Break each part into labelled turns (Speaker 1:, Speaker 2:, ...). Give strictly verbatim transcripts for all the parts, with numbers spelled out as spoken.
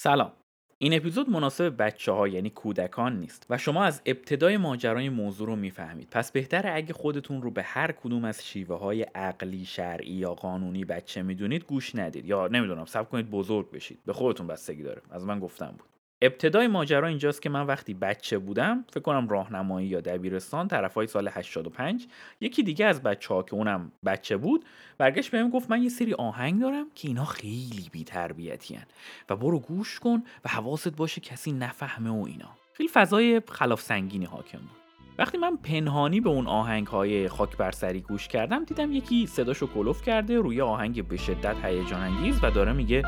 Speaker 1: سلام. این اپیزود مناسب بچه‌ها یعنی کودکان نیست و شما از ابتدای ماجرای موضوع رو میفهمید. پس بهتره اگه خودتون رو به هر کدوم از شیوه‌های عقلی، شرعی یا قانونی بچه میدونید گوش ندید یا نمیدونم صبر کنید بزرگ بشید. به خودتون بستگی داره. از من گفتم بود. ابتدای ماجرا اینجاست که من وقتی بچه بودم، فکر کنم راهنمایی یا دبیرستان طرفای سال هشتاد و پنج، یکی دیگه از بچه‌ها که اونم بچه بود، برگشت بهم گفت من یه سری آهنگ دارم که اینا خیلی بی‌تربیتین و برو گوش کن و حواست باشه کسی نفهمه و اینا. خیلی فضای خلاف سنگینی حاکم بود. وقتی من پنهانی به اون آهنگ‌های خاک بر سری گوش کردم، دیدم یکی صداشو کلوف کرده روی آهنگ به شدت هیجان انگیز و داره میگه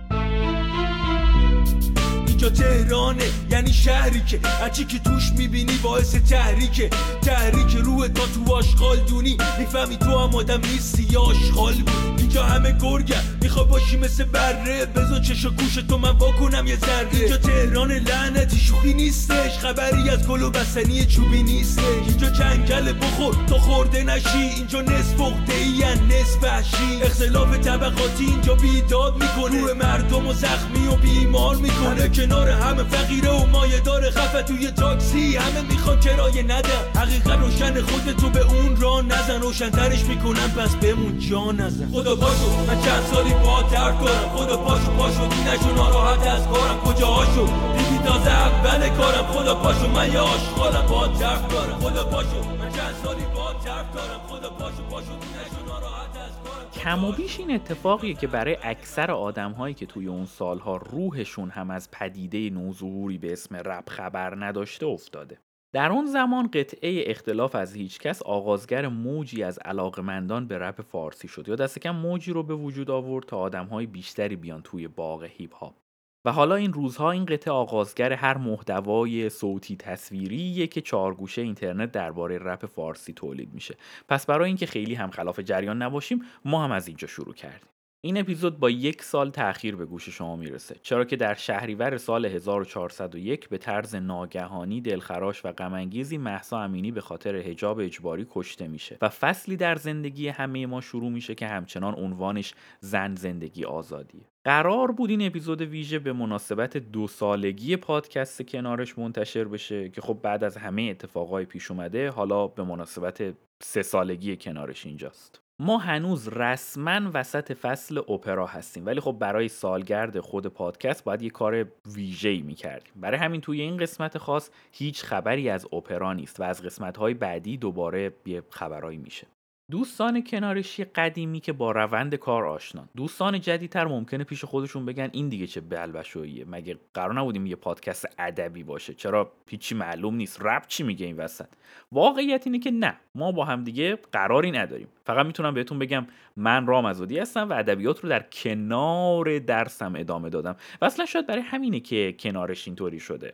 Speaker 2: اینجا تهرانه، یعنی شهری که هرچی که توش میبینی باعث تحریکه. تحریک روح تا تو آشغال دونی، میفهمی تو هم آدم نیستی یا آشغال بود. اینجا همه گرگن، میخوای باشی مثل بره، بزن چش و گوش تو من واکنم یه ذره. اینجا تهران لعنتی شوخی نیستش، خبری از گل و بستنی چوبی نیستش. اینجا جنگل بخور تا خورده نشی، اینجا نصف عقده‌ای نصف وحشی. اختلاف طبقاتی اینجا بیداد میکنه، روح مردم و زخمی و بیمار میکنه. کنار همه فقیره و مایه داره خفه توی تاکسی، همه میخوان کرایه ندن. حقیقت روشن، خودتو به اون راه نزن، روشن‌ترش میکنم پس بمون جا نزن. خدا پاشو من چند سالی با درد دارم، خدا پاشو پاشو دینشو ناراحت از کارم، کجاهاشو دیدی تازه اول کارم. خدا پاشو من یه آشغالم با درد دارم، خدا پاشو من چند سالی با درد دارم، خدا پاشو پاشو دینشو ناراحت از کارم.
Speaker 1: کم و بیش این اتفاقیه که برای اکثر آدم‌هایی که توی اون سالها روحشون هم از پدیده نوظهوری به اسم رپ خبر نداشته افتاده. در اون زمان قطعه اختلاف از هیچکس آغازگر موجی از علاقمندان به رپ فارسی شد یا دست کم موجی رو به وجود آورد تا آدم‌های بیشتری بیان توی باغ هیپ هاپ. و حالا این روزها این قطعه آغازگر هر محتوای صوتی تصویریه که چهارگوشه اینترنت درباره رپ فارسی تولید میشه. پس برای اینکه خیلی هم خلاف جریان نباشیم، ما هم از اینجا شروع کردیم. این اپیزود با یک سال تأخیر به گوش شما میرسه، چرا که در شهریور سال هزار و چهارصد و یک به طرز ناگهانی، دلخراش و غم‌انگیزی مهسا امینی به خاطر حجاب اجباری کشته میشه و فصلی در زندگی همه ما شروع میشه که همچنان عنوانش زن، زندگی، آزادیه. قرار بود این اپیزود ویژه به مناسبت دو سالگی پادکست کنارش منتشر بشه که خب بعد از همه اتفاقای پیش اومده حالا به مناسبت سه سالگی کنارش اینجاست. ما هنوز رسما وسط فصل اپرا هستیم، ولی خب برای سالگرد خود پادکست باید یه کار ویژه‌ای می‌کردیم. برای همین توی این قسمت خاص هیچ خبری از اپرا نیست و از قسمت‌های بعدی دوباره یه خبرایی میشه. دوستان کنارشی قدیمی که با روند کار آشنان، دوستان جدیدتر ممکنه پیش خودشون بگن این دیگه چه بلبشوییه، مگه قرار نبودیم یه پادکست ادبی باشه، چرا هیچی معلوم نیست، رپ چی میگه این وسط؟ واقعیت اینه که نه، ما با هم دیگه قراری نداریم. فقط میتونم بهتون بگم من رام ازودی هستم و ادبیات رو در کنار درسم ادامه دادم و اصلا شاید برای همینه که کنارش اینطوری شده.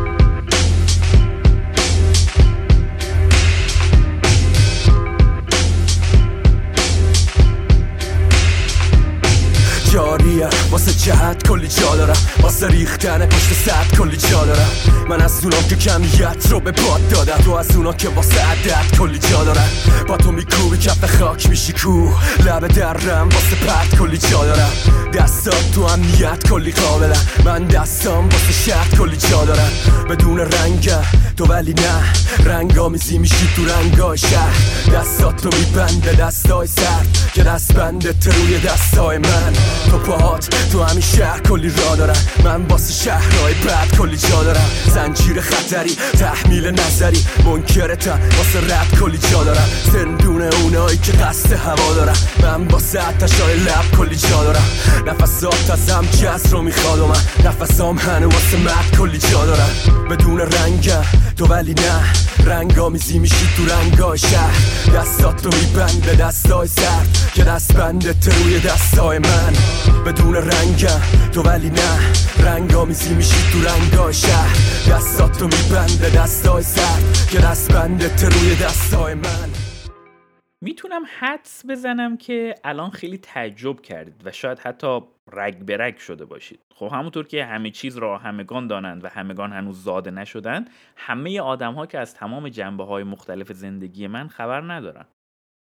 Speaker 2: جاریه واسه جهت کلی جا دارم، واسه ریختن پشت سد کلی جا دارم. من از اونام که کمیت رو به باد دادم، تو از اونا که واسه عدد کلی جا دارم. با تو میکوبی کف خاک میشی کوه، لب درم واسه پرد کلی جا دارم. دستات تو امنیت کلی قابلم، من دستام واسه شهر کلی جا دارم. بدون رنگم تو ولی نه، رنگا میزی میشی تو رنگای شهر. دستات تو میبنده دستای سرد که دست بنده روی دستای من. تو پاهات تو همین شهر کلی را دارن، من واسه شهرهای بعد کلی جا دارم. زنجیر خطری تحمیل نظری منکرتم، واسه رد کلی جا دارم. زندون اونایی که قصد هوا دارم، من واسه آتشای لب کلی جا دارم. نفسات ازم جز رو میخواد و من نفسام هنو واسه مرد کلی جا دارم. بدون رنگم تو ولی نه، رنگا میزی میشی تو رنگای شهر. دستات تو میبنده دستای سرد که دست بنده روی دستای من. بدون رنگم تو ولی نه، رنگا میزی میشی تو رنگای شهر. دستات تو میبنده دستای سرد که دست بنده روی دستای من.
Speaker 1: میتونم حدس بزنم که الان خیلی تعجب کردید و شاید حتی رگ به رگ شده باشید. خب همونطور که همه چیز را همگان دانند و همگان هنوز زاده نشدند، همه آدم ها که از تمام جنبه های مختلف زندگی من خبر ندارن.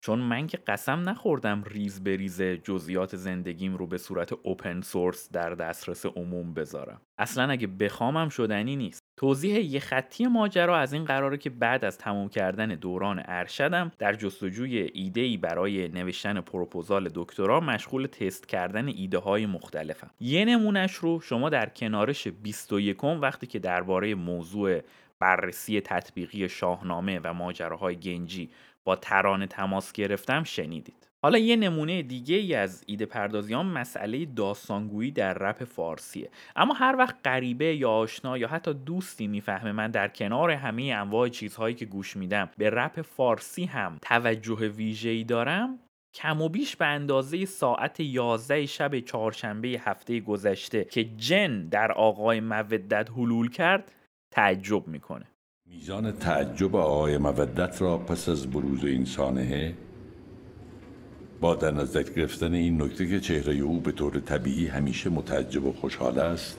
Speaker 1: چون من که قسم نخوردم ریز به ریز جزئیات زندگیم رو به صورت اوپن سورس در دسترس عموم بذارم. اصلا اگه بخوامم شدنی نیست. توضیح یه خطی ماجرا از این قراره که بعد از تموم کردن دوران ارشدم در جستجوی ایده‌ای برای نوشتن پروپوزال دکترا مشغول تست کردن ایده های مختلفم. یه نمونش رو شما در کنارش بیست و یکم وقتی که درباره موضوع بررسی تطبیقی شاهنامه و ماجراهای گنجی با ترانه تماس گرفتم شنیدید. حالا یه نمونه دیگه ای از ایده پردازیام مسئله داستانگویی در رپ فارسیه. اما هر وقت غریبه یا آشنا یا حتی دوستی میفهمه من در کنار همه انواع چیزهایی که گوش میدم به رپ فارسی هم توجه ویژه‌ای دارم، کم و بیش به اندازه ساعت یازده شب چهارشنبه هفته گذشته که جن در آقای مودت حلول کرد تعجب میکنه.
Speaker 3: میزان تعجب آقای مودت را پس از بروز این سانحه با در نظر گرفتن این نکته که چهره او به طور طبیعی همیشه متعجب و خوشحال است،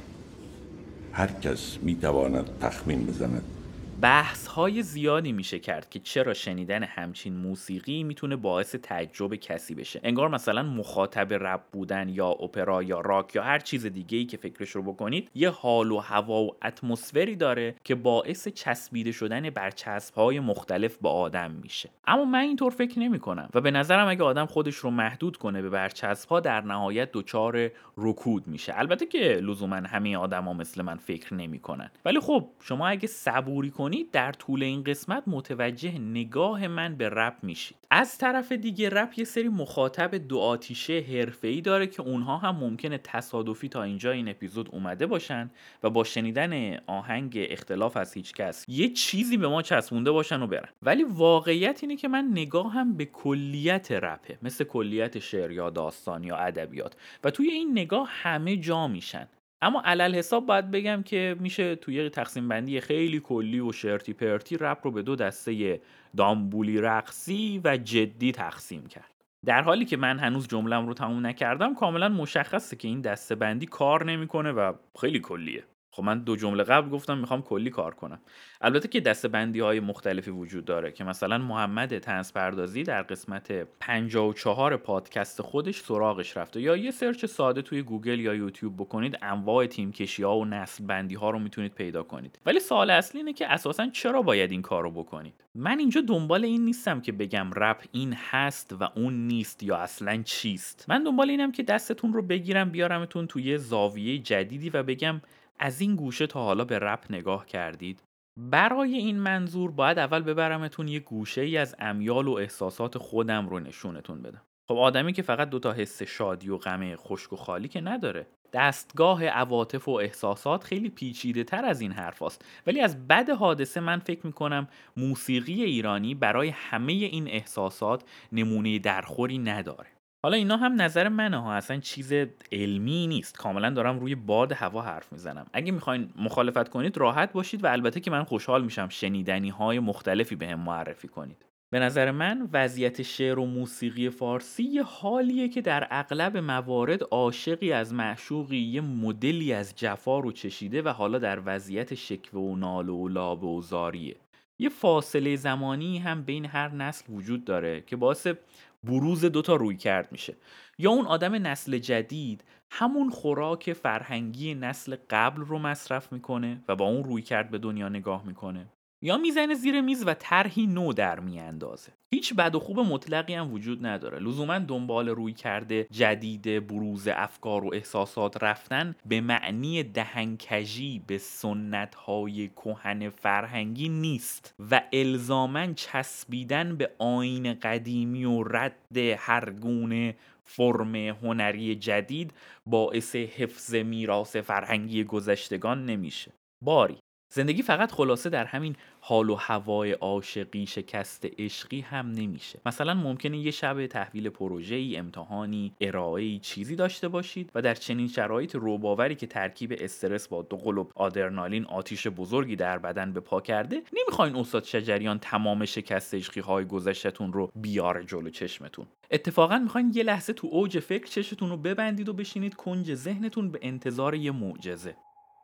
Speaker 3: هر کس میتواند تخمین بزند.
Speaker 1: بحث های زیادی میشه کرد که چرا شنیدن همچین موسیقی میتونه باعث تعجب کسی بشه. انگار مثلا مخاطب رپ بودن یا اپرا یا راک یا هر چیز دیگه ای که فکرش رو بکنید یه حال و هوا و اتمسفری داره که باعث چسبیده شدن برچسب های مختلف به آدم میشه. اما من اینطور فکر نمی کنم و به نظرم اگه آدم خودش رو محدود کنه به برچسب ها در نهایت دچار رکود میشه. البته که لزوما همه آدما مثل من فکر نمیکنن، ولی خب شما اگه صبوری کنید در طول این قسمت متوجه نگاه من به رپ میشید. از طرف دیگه رپ یه سری مخاطب دو آتیشه حرفه‌ای داره که اونها هم ممکنه تصادفی تا اینجا این اپیزود اومده باشن و با شنیدن آهنگ اختلاف از هیچ کس یه چیزی به ما چسبونده باشن و برن. ولی واقعیت اینه که من نگاهم به کلیت رپه، مثل کلیت شعر یا داستان یا ادبیات، و توی این نگاه همه جا میشن. اما علل حساب باید بگم که میشه توی تقسیم بندی خیلی کلی و شرتی پرتی رپ رو به دو دسته دامبولی رقصی و جدی تقسیم کرد. در حالی که من هنوز جمله‌ام رو تموم نکردم کاملا مشخصه که این دسته بندی کار نمیکنه و خیلی کلیه. خب من دو جمله قبل گفتم میخوام کلی کار کنم. البته که دسته‌بندی های مختلفی وجود داره که مثلا محمد طنز پردازی در قسمت پنجاه و چهار پادکست خودش سراغش رفته، یا یه سرچ ساده توی گوگل یا یوتیوب بکنید انواع تیم کشی ها و نسل بندی ها رو میتونید پیدا کنید. ولی سوال اصلی اینه که اساسا چرا باید این کارو بکنید؟ من اینجا دنبال این نیستم که بگم رپ این هست و اون نیست یا اصلا چیست. من دنبال اینم که دستتون رو بگیرم بیارمتون توی زاویه جدیدی و بگم از این گوشه تا حالا به رپ نگاه کردید؟ برای این منظور باید اول ببرمتون یه گوشه ای از امیال و احساسات خودم رو نشونتون بدم. خب آدمی که فقط دوتا حس شادی و غم خشک و خالی که نداره. دستگاه عواطف و احساسات خیلی پیچیده تر از این حرف هست. ولی از بد حادثه من فکر میکنم موسیقی ایرانی برای همه این احساسات نمونه درخوری نداره. حالا اینا هم نظر منه ها، اصلا چیز علمی نیست، کاملا دارم روی باد هوا حرف میزنم. اگه میخواین مخالفت کنید راحت باشید و البته که من خوشحال میشم شنیدنی های مختلفی بهم معرفی کنید. به نظر من وضعیت شعر و موسیقی فارسی یه حالیه که در اغلب موارد عاشقی از معشوقی یه مدلی از جفا رو چشیده و حالا در وضعیت شکوه و ناله و لابه و زاریه. یه فاصله زمانی هم بین هر نسل وجود داره که باعث بروز دوتا روی کرد میشه. یا اون آدم نسل جدید همون خوراک فرهنگی نسل قبل رو مصرف میکنه و با اون روی کرد به دنیا نگاه میکنه، یا میزنه زیر میز و طرحی نو در میاندازه. هیچ بد و خوب مطلقی هم وجود نداره. لزوما دنبال روی کرده جدید بروز افکار و احساسات رفتن به معنی دهنکجی به سنت‌های کهن فرهنگی نیست و الزاماً چسبیدن به آیین قدیمی و رد هر گونه فرم هنری جدید باعث حفظ میراث فرهنگی گذشتگان نمیشه. باری زندگی فقط خلاصه در همین حال و هوای عاشقی شکست عشقی هم نمیشه. مثلا ممکنه یه شب تحویل پروژه‌ای، امتحانی، ارائه‌ای چیزی داشته باشید و در چنین شرایط رباوری که ترکیب استرس با دو قلب آدرنالین آتیش بزرگی در بدن به پا کرده، نمیخواین استاد شجریان تمام شکست عشقی‌های گذشته‌تون رو بیاره جلو چشمتون. اتفاقا میخواین یه لحظه تو اوج فکر چشتون رو ببندید و بشینید کنج ذهنتون به انتظار یه معجزه.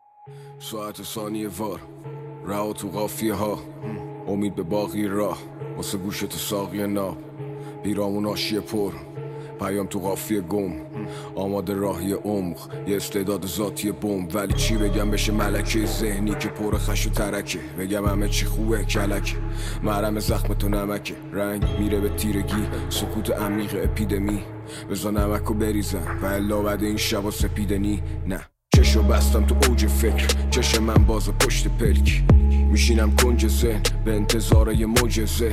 Speaker 2: ساعت ثانیه وار رها تو قافیه ها، امید به باقی راه واسه گوشت ساقی ناب،
Speaker 4: پیرامون آشی پر، پیام تو قافیه گم، آماده راهی عمق، یه استعداد ذاتی بمب. ولی چی بگم بشه ملکه ذهنی که پر خش و ترکه؟ بگم همه چی خوبه کلکه، مرهم زخم تو نمکه، رنگ میره به تیرگی، سکوت عمیق اپیدمی. بزا نمکو بریزم و الا بعد این شبا سپیدنی. نه چشو بستم تو اوج فکر، چشم من باز پشت پلک، میشینم کنج ذهن به انتظار یه معجزه.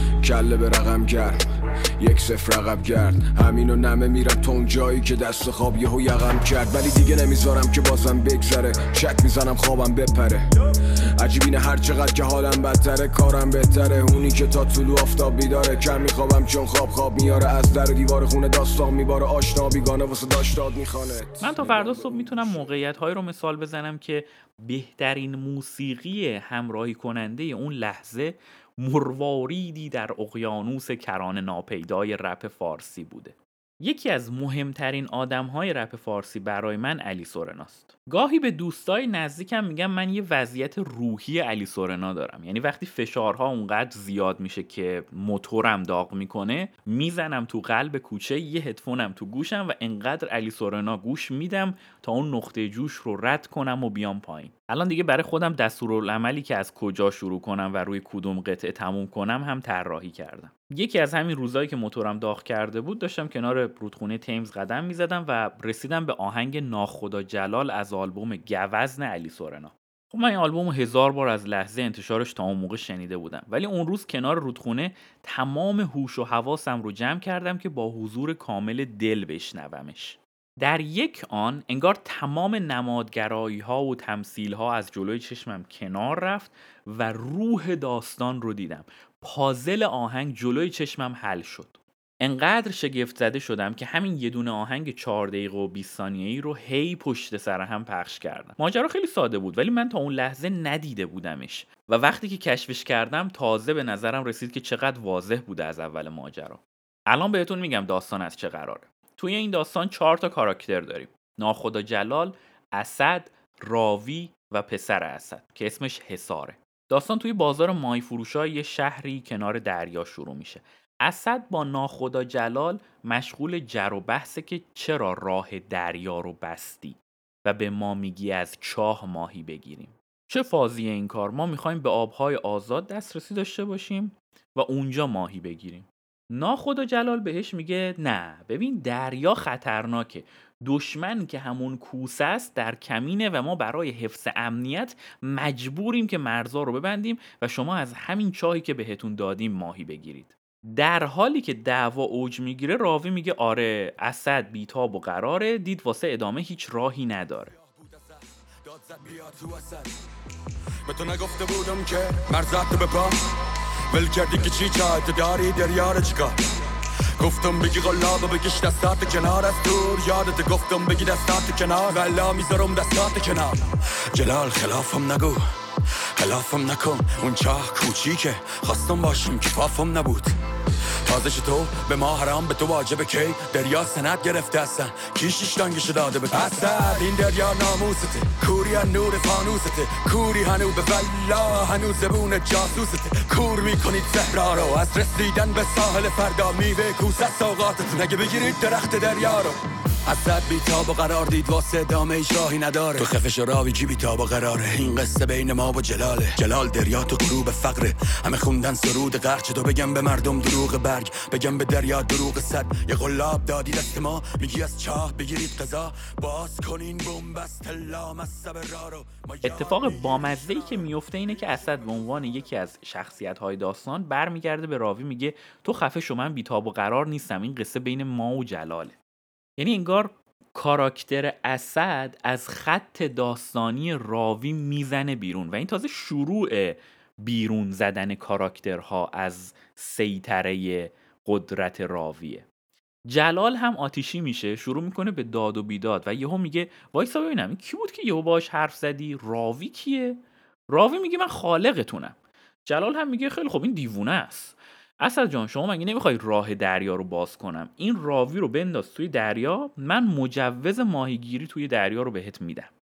Speaker 4: کله به رقم گرم، یک صفر رقم گرد، همینو نمه میرم تا اون جایی که دست خواب یهو یقم کرد. ولی دیگه نمیذارم که بازم بگذره، چک میزنم خوابم بپره. عجیب اینه هر چقدر که حالم بدتره کارم بهتره. اونی که تا طلوع آفتاب بیداره، کم میخوابم چون خواب خواب میاره. از در و دیوار خونه داستان میباره، آشنا بیگانه واسه داشتاد میخوانه.
Speaker 1: من تا فردا صبح میتونم موقعیت هایی رو مثال بزنم که بهترین موسیقی همراهی کننده اون لحظه مرواریدی در اقیانوس کران ناپیدای رپ فارسی بوده. یکی از مهمترین آدم‌های رپ فارسی برای من علی سورناست. گاهی به دوستای نزدیکم میگم من یه وضعیت روحی علی سورنا دارم. یعنی وقتی فشارها اونقدر زیاد میشه که موتورم داغ میکنه، میزنم تو قلب کوچه، یه هدفونم تو گوشم و انقدر علی سورنا گوش میدم تا اون نقطه جوش رو رد کنم و بیام پایین. الان دیگه برای خودم دستورالعملی که از کجا شروع کنم و روی کدوم قطعه تموم کنم هم طراحی کردم. یکی از همین روزایی که موتورم داغ کرده بود، داشتم کنار رودخونه تیمز قدم میزدم و رسیدم به آهنگ ناخدا جلال از آلبوم گوزن علی سورنا. خب من این آلبومو هزار بار از لحظه انتشارش تا اون موقع شنیده بودم، ولی اون روز کنار رودخونه تمام هوش و حواسم رو جمع کردم که با حضور کامل دل بشنومش. در یک آن انگار تمام نمادگرایی ها و تمثیل ها از جلوی چشمم کنار رفت و روح داستان رو دیدم. پازل آهنگ جلوی چشمم حل شد. انقدر شگفت زده شدم که همین یه دونه آهنگ چهار دقیقه و بیست ثانیه‌ای رو هی پشت سر هم پخش کردم. ماجرا خیلی ساده بود ولی من تا اون لحظه ندیده بودمش و وقتی که کشفش کردم تازه به نظرم رسید که چقدر واضح بوده از اول ماجرا. الان بهتون میگم داستان از چه قراره. توی این داستان چهار تا کاراکتر داریم: ناخدا جلال، اسد، راوی و پسر اسد که اسمش حصاره. داستان توی بازار ماهی فروشای یه شهری کنار دریا شروع میشه. اسد با ناخدا جلال مشغول جر و بحثه که چرا راه دریا رو بستی و به ما میگی از چاه ماهی بگیریم. چه فازیه این کار؟ ما میخوایم به آبهای آزاد دسترسی داشته باشیم و اونجا ماهی بگیریم. ناخدا جلال بهش میگه نه ببین دریا خطرناکه، دشمن که همون کوسه است در کمینه و ما برای حفظ امنیت مجبوریم که مرزا رو ببندیم و شما از همین چاهی که بهتون دادیم ماهی بگیرید. در حالی که دعوا اوج میگیره راوی میگه آره اسد بیتاب و قراره، دید واسه ادامه هیچ راهی نداره.
Speaker 2: به تو نگفته بودم که مرزت به پا ول کردی که چی چاهت داری دریا رو چیکار؟ گفتم بگی غلاب بگیش دستات کنار از دور، یادت گفتم بگی دستات کنار ولا میذارم دستات کنار. جلال خلافم نگو خلافم نکن، اون چاه کوچیکه خواستم باشم کفافم نبود. تازش تو به ما حرام به تو واجبه کی دریا سند گرفته هستن کیشیش دانگشو داده به اسد. این دریا ناموسته کوری نور فانوسته، کوری هنو به والله هنو زبون جاسوسته. کور میکنید صحرا رو از رسیدن به ساحل فردا، میوه کوسه سوقاتتون اگه بگیرید درخت دریا رو. اسد بیتاب و قرار دید واسه ادامه شاهی نداره، تو خفش و راوی جی بیتاب و قراره. این قصه بین ما و جلاله، جلال دریا تو غروب فقره، همه خوندن سرود قرچ تو بگم به مردم دروغ برگ، بگم به دریا دروغ صد. یه قلاب دادی دست ما میگی از چاه بگیرید قضا، باز کنین بومبست لام از سب را رو.
Speaker 1: اتفاق بامزه‌ای که میفته اینه که اسد به عنوان یکی از شخصیت‌های داستان برمیگرده به راوی میگه تو خفه شو من بیتاب و قرار نیستم، این قصه بین ما و جلاله. یعنی انگار کاراکتر اسد از خط داستانی راوی میزنه بیرون و این تازه شروع بیرون زدن کاراکترها از سیطره قدرت راویه. جلال هم آتیشی میشه، شروع میکنه به داد و بیداد و یهو میگه وایسا ببینم این کی بود که یهو باهاش حرف زدی؟ راوی کیه؟ راوی میگه من خالقتونم. جلال هم میگه خیلی خب این دیوونه است. اسد جان شما مگه نمیخوای راه دریا رو باز کنم؟ این راوی رو بنداز توی دریا، من مجوز ماهیگیری توی دریا رو بهت میدم.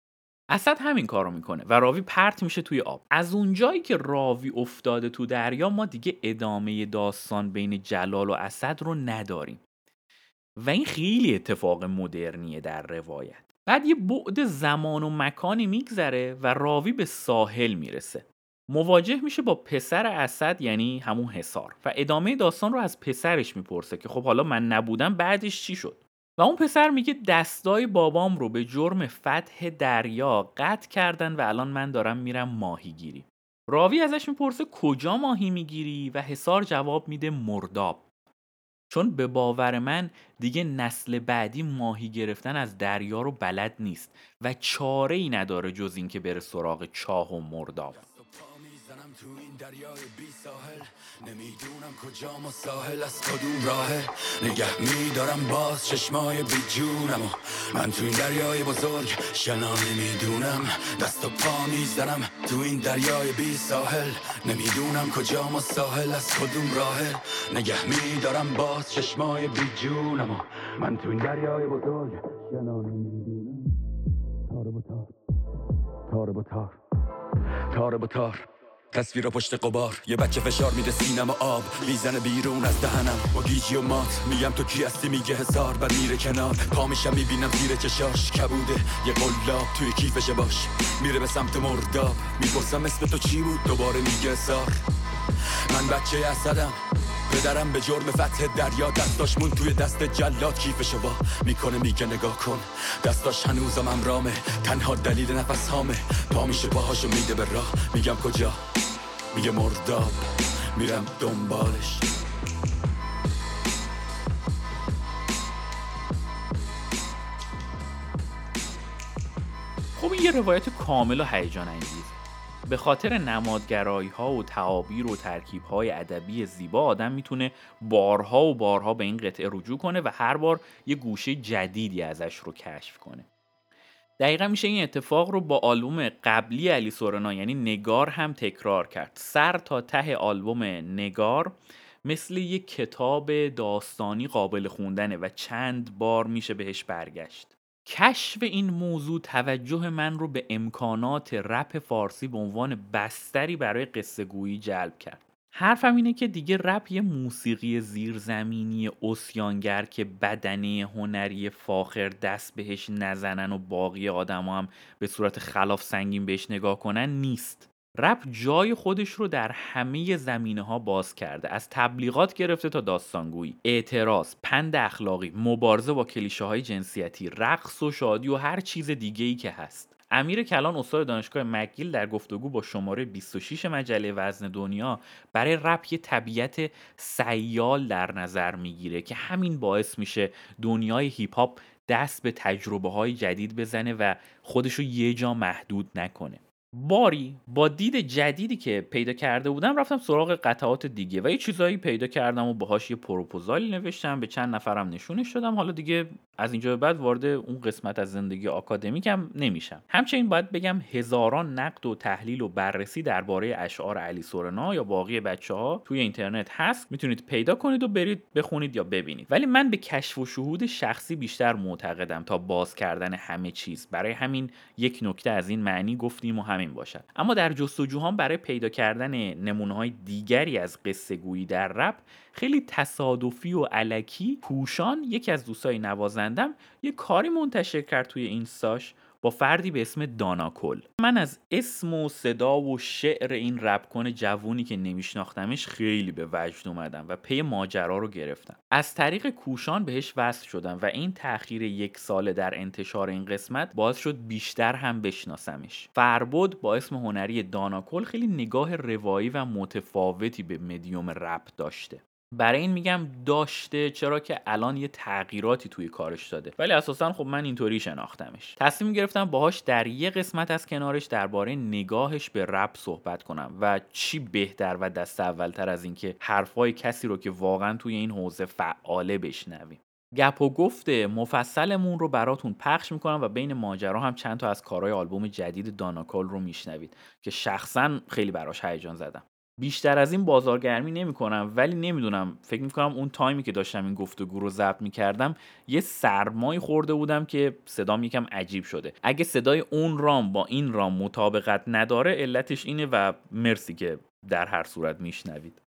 Speaker 1: اسد همین کارو میکنه و راوی پرت میشه توی آب. از اونجایی که راوی افتاده تو دریا ما دیگه ادامه داستان بین جلال و اسد رو نداریم و این خیلی اتفاق مدرنیه در روایت. بعد یه بعد زمان و مکانی میگذره و راوی به ساحل میرسه، مواجه میشه با پسر اسد یعنی همون حصار و ادامه داستان رو از پسرش میپرسه که خب حالا من نبودم بعدش چی شد. و اون پسر میگه دستای بابام رو به جرم فتح دریا قطع کردن و الان من دارم میرم ماهیگیری. راوی ازش میپرسه کجا ماهی میگیری و حصار جواب میده مرداب، چون به باور من دیگه نسل بعدی ماهی گرفتن از دریا رو بلد نیست و چاره ای نداره جز این که بره سراغ چاه و مرداب.
Speaker 2: تو این دریای بی ساحل نمیدونم کجا ما ساحل از کدوم راهه، نگه میدارم باز چشمای بی جونم و من تو این دریای بزرگ شنا نمیدونم، دست و پا میزنم تو این دریای بی ساحل نمیدونم کجا ما ساحل از کدوم راهه، نگه میدارم باز چشمای بی جونم و من تو این دریای بزرگ شنا نمیدونم. تار با تار تار با تار تار با تار تصویر پشت قبار، یه بچه فشار میده سینم و آب میزنه بیرون از دهنم با گیجی و مات، میگم تو کی هستی میگه حصار، بعد میره کنار پا میشم میبینم زیر چشاش کبوده یه قلاب توی کیفشه باش، میره به سمت مرداب میپرسم اسم تو چی بود، دوباره میگه حصار. من بچه اسدم، پدرم به جرم فتح دریا دستاش مون توی دست جلاد کیفشو وا میکنه میگه نگاه کن دستاش هنوزم امرامه، تنها دلیل نفس هامه، پا میشه پاهاشو میده به راه، میگم کجا، میگه مرداب، میرم دنبالش.
Speaker 1: خب این یه روایت کامل و هیجان انگیز. به خاطر نمادگرایی ها و تعابیر و ترکیب های ادبی زیبا آدم میتونه بارها و بارها به این قطعه رجوع کنه و هر بار یه گوشه جدیدی ازش رو کشف کنه. دقیقا میشه این اتفاق رو با آلبوم قبلی علی سورنا یعنی نگار هم تکرار کرد. سر تا ته آلبوم نگار مثل یک کتاب داستانی قابل خوندنه و چند بار میشه بهش برگشت. کشف این موضوع توجه من رو به امکانات رپ فارسی به عنوان بستری برای قصه گویی جلب کرد. حرفم اینه که دیگه رپ یه موسیقی زیرزمینی عصیانگر که بدنه هنری فاخر دست بهش نزنن و باقی آدم هم به صورت خلاف سنگین بهش نگاه کنن نیست. رپ جای خودش رو در همه زمینه ها باز کرده، از تبلیغات گرفته تا داستانگویی، اعتراض، پند اخلاقی، مبارزه با کلیشه های جنسیتی، رقص و شادی و هر چیز دیگه‌ای که هست. امیر کلان استاد دانشگاه مکگیل در گفتگو با شماره بیست و شش مجله وزن دنیا برای رپ یه طبیعت سیال در نظر میگیره که همین باعث میشه دنیای هیپ هاپ دست به تجربه های جدید بزنه و خودشو یه جا محدود نکنه. باری با دید جدیدی که پیدا کرده بودم رفتم سراغ قطعات دیگه و یه چیزایی پیدا کردم و باهاش یه پروپوزالی نوشتم، به چند نفرم نشونش دادم. حالا دیگه از اینجا به بعد وارد اون قسمت از زندگی آکادمیکم نمیشم. همچنین باید بگم هزاران نقد و تحلیل و بررسی درباره اشعار علی سورنا یا باقی بچه‌ها توی اینترنت هست، میتونید پیدا کنید و برید بخونید یا ببینید. ولی من به کشف و شهود شخصی بیشتر معتقدم تا باز کردن همه چیز. برای همین یک نکته از این معنی گفتیم و همین باشد. اما در جستجوهام برای پیدا کردن نمونه‌های دیگری از قصه گویی در رپ خیلی تصادفی و الکی پوشان، یکی از دوستای نوازندم، یه کاری منتشر کرد توی اینستاش با فردی به اسم داناکل. من از اسم و صدا و شعر این رپ کن جوونی که نمیشناختمش خیلی به وجد اومدم و پی ماجرا رو گرفتم. از طریق کوشان بهش وصل شدم و این تأخیر یک ساله در انتشار این قسمت باعث شد بیشتر هم بشناسمش. فربد با اسم هنری داناکل خیلی نگاه روایی و متفاوتی به مدیوم رپ داشته. برای این میگم داشته چرا که الان یه تغییراتی توی کارش داده، ولی اساسا خب من اینطوری شناختمش. تصمیم گرفتم باهاش در یه قسمت از کنارش درباره نگاهش به رپ صحبت کنم و چی بهتر و دست اولتر از این که حرفای کسی رو که واقعا توی این حوزه فعاله بشنویم. گپ و گفت مفصلمون رو براتون پخش میکنم و بین ماجرا هم چند تا از کارهای آلبوم جدید داناکل رو میشنوید که شخصا خیلی براش هیجان زدم. بیشتر از این بازارگرمی نمی کنم، ولی نمیدونم، فکر میکنم اون تایمی که داشتم این گفتگو رو ضبط میکردم یه سرمایی خورده بودم که صدام یکم عجیب شده. اگه صدای اون رام با این رام مطابقت نداره علتش اینه و مرسی که در هر صورت میشنوید.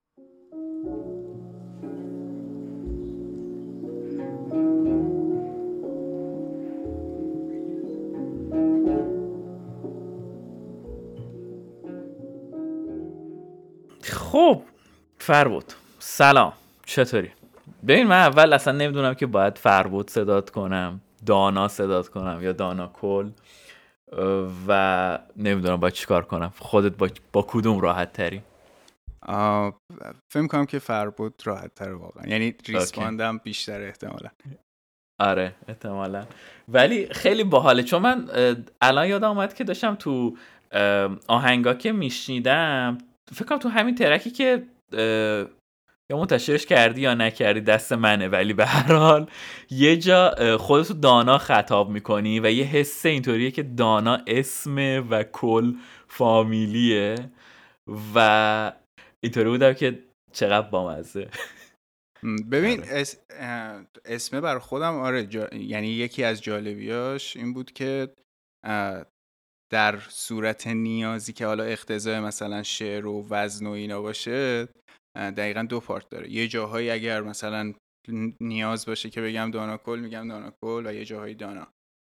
Speaker 1: خب فربود سلام، چطوری؟ ببین من اول اصلا نمیدونم که باید فربود صدات کنم، دانا صدات کنم یا دانا کل، و نمیدونم باید چیکار کنم. خودت با, با کدوم راحت تری؟
Speaker 5: فکر کنم که فربود راحت تر واقعا، یعنی ریسپاندم بیشتر احتمالا.
Speaker 1: آره احتمالا، ولی خیلی باحاله چون من الان یادم اومد که داشتم تو آهنگا که میشنیدم، فکر کنم تو همین ترکی که یا منتشرش کردی یا نکردی دست منه، ولی به هر حال یه جا خودتو دانا خطاب میکنی و یه حس اینطوریه که دانا اسمه و کل فامیلیه و اینطوری بودم که چقدر بامزه.
Speaker 5: ببین اس... اسمه بر خودم آره جا... یعنی یکی از جالبیاش این بود که در صورت نیازی که حالا اقتضای مثلا شعر و وزن و اینا باشه دقیقاً دو پارت داره. یه جاهایی اگر مثلا نیاز باشه که بگم دانا کل میگم دانا کل و یه جاهایی دانا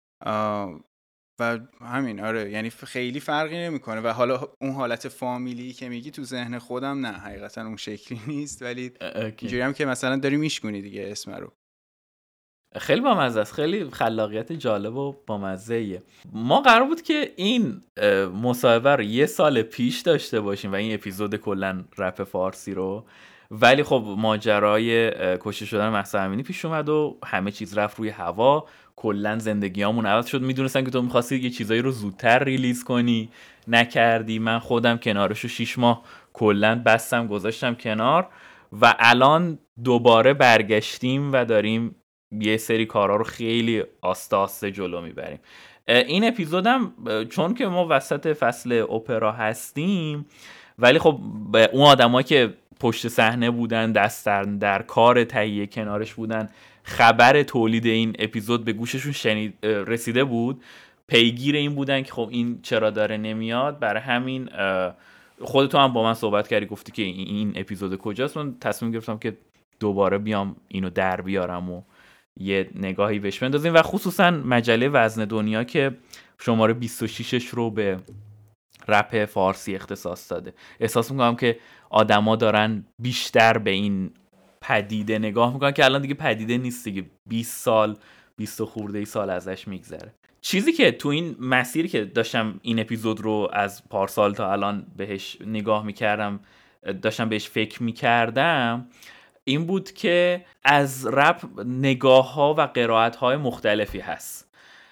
Speaker 5: و همین. آره یعنی خیلی فرقی نمیکنه و حالا اون حالت فامیلی که میگی تو ذهن خودم نه حقیقتا اون شکلی نیست، ولی اینجوری هم که مثلا داری میشکنی دیگه اسم رو.
Speaker 1: خیلی بامزه است، خیلی خلاقیت جالب و بامزه‌ایه. ما قرار بود که این مصاحبه رو یه سال پیش داشته باشیم و این اپیزود کلا رپ فارسی رو، ولی خب ماجرای کشته شدن مهسا امینی پیش اومد و همه چیز رفت روی هوا، کلا زندگیامون عوض شد. میدونستم که تو می‌خواستی یه چیزایی رو زودتر ریلیز کنی، نکردی. من خودم کنارشو شیش ماه کلا بستم گذاشتم کنار و الان دوباره برگشتیم و داریم یه سری کارها رو خیلی آسته آسته جلو میبریم. این اپیزودم چون که ما وسط فصل اپرا هستیم، ولی خب اون آدمایی که پشت صحنه بودن، دست در, در کار تهیه کنارش بودن، خبر تولید این اپیزود به گوششون شنید رسیده بود، پیگیر این بودن که خب این چرا داره نمیاد. برای همین خودتو هم با من صحبت کردی، گفتی که این اپیزود کجاست. من تصمیم گرفتم که دوباره بیام اینو در بیارم و یه نگاهی بهش بندازیم و خصوصا مجله وزن دنیا که شماره بیست و ششش رو به رپ فارسی اختصاص داده. احساس میکنم که آدما دارن بیشتر به این پدیده نگاه میکنن که الان دیگه پدیده نیست دیگه، بیست سال بیست خورده ای سال ازش میگذره. چیزی که تو این مسیری که داشتم این اپیزود رو از پارسال تا الان بهش نگاه میکردم، داشتم بهش فکر میکردم، این بود که از رپ نگاه ها و قرائت های مختلفی هست،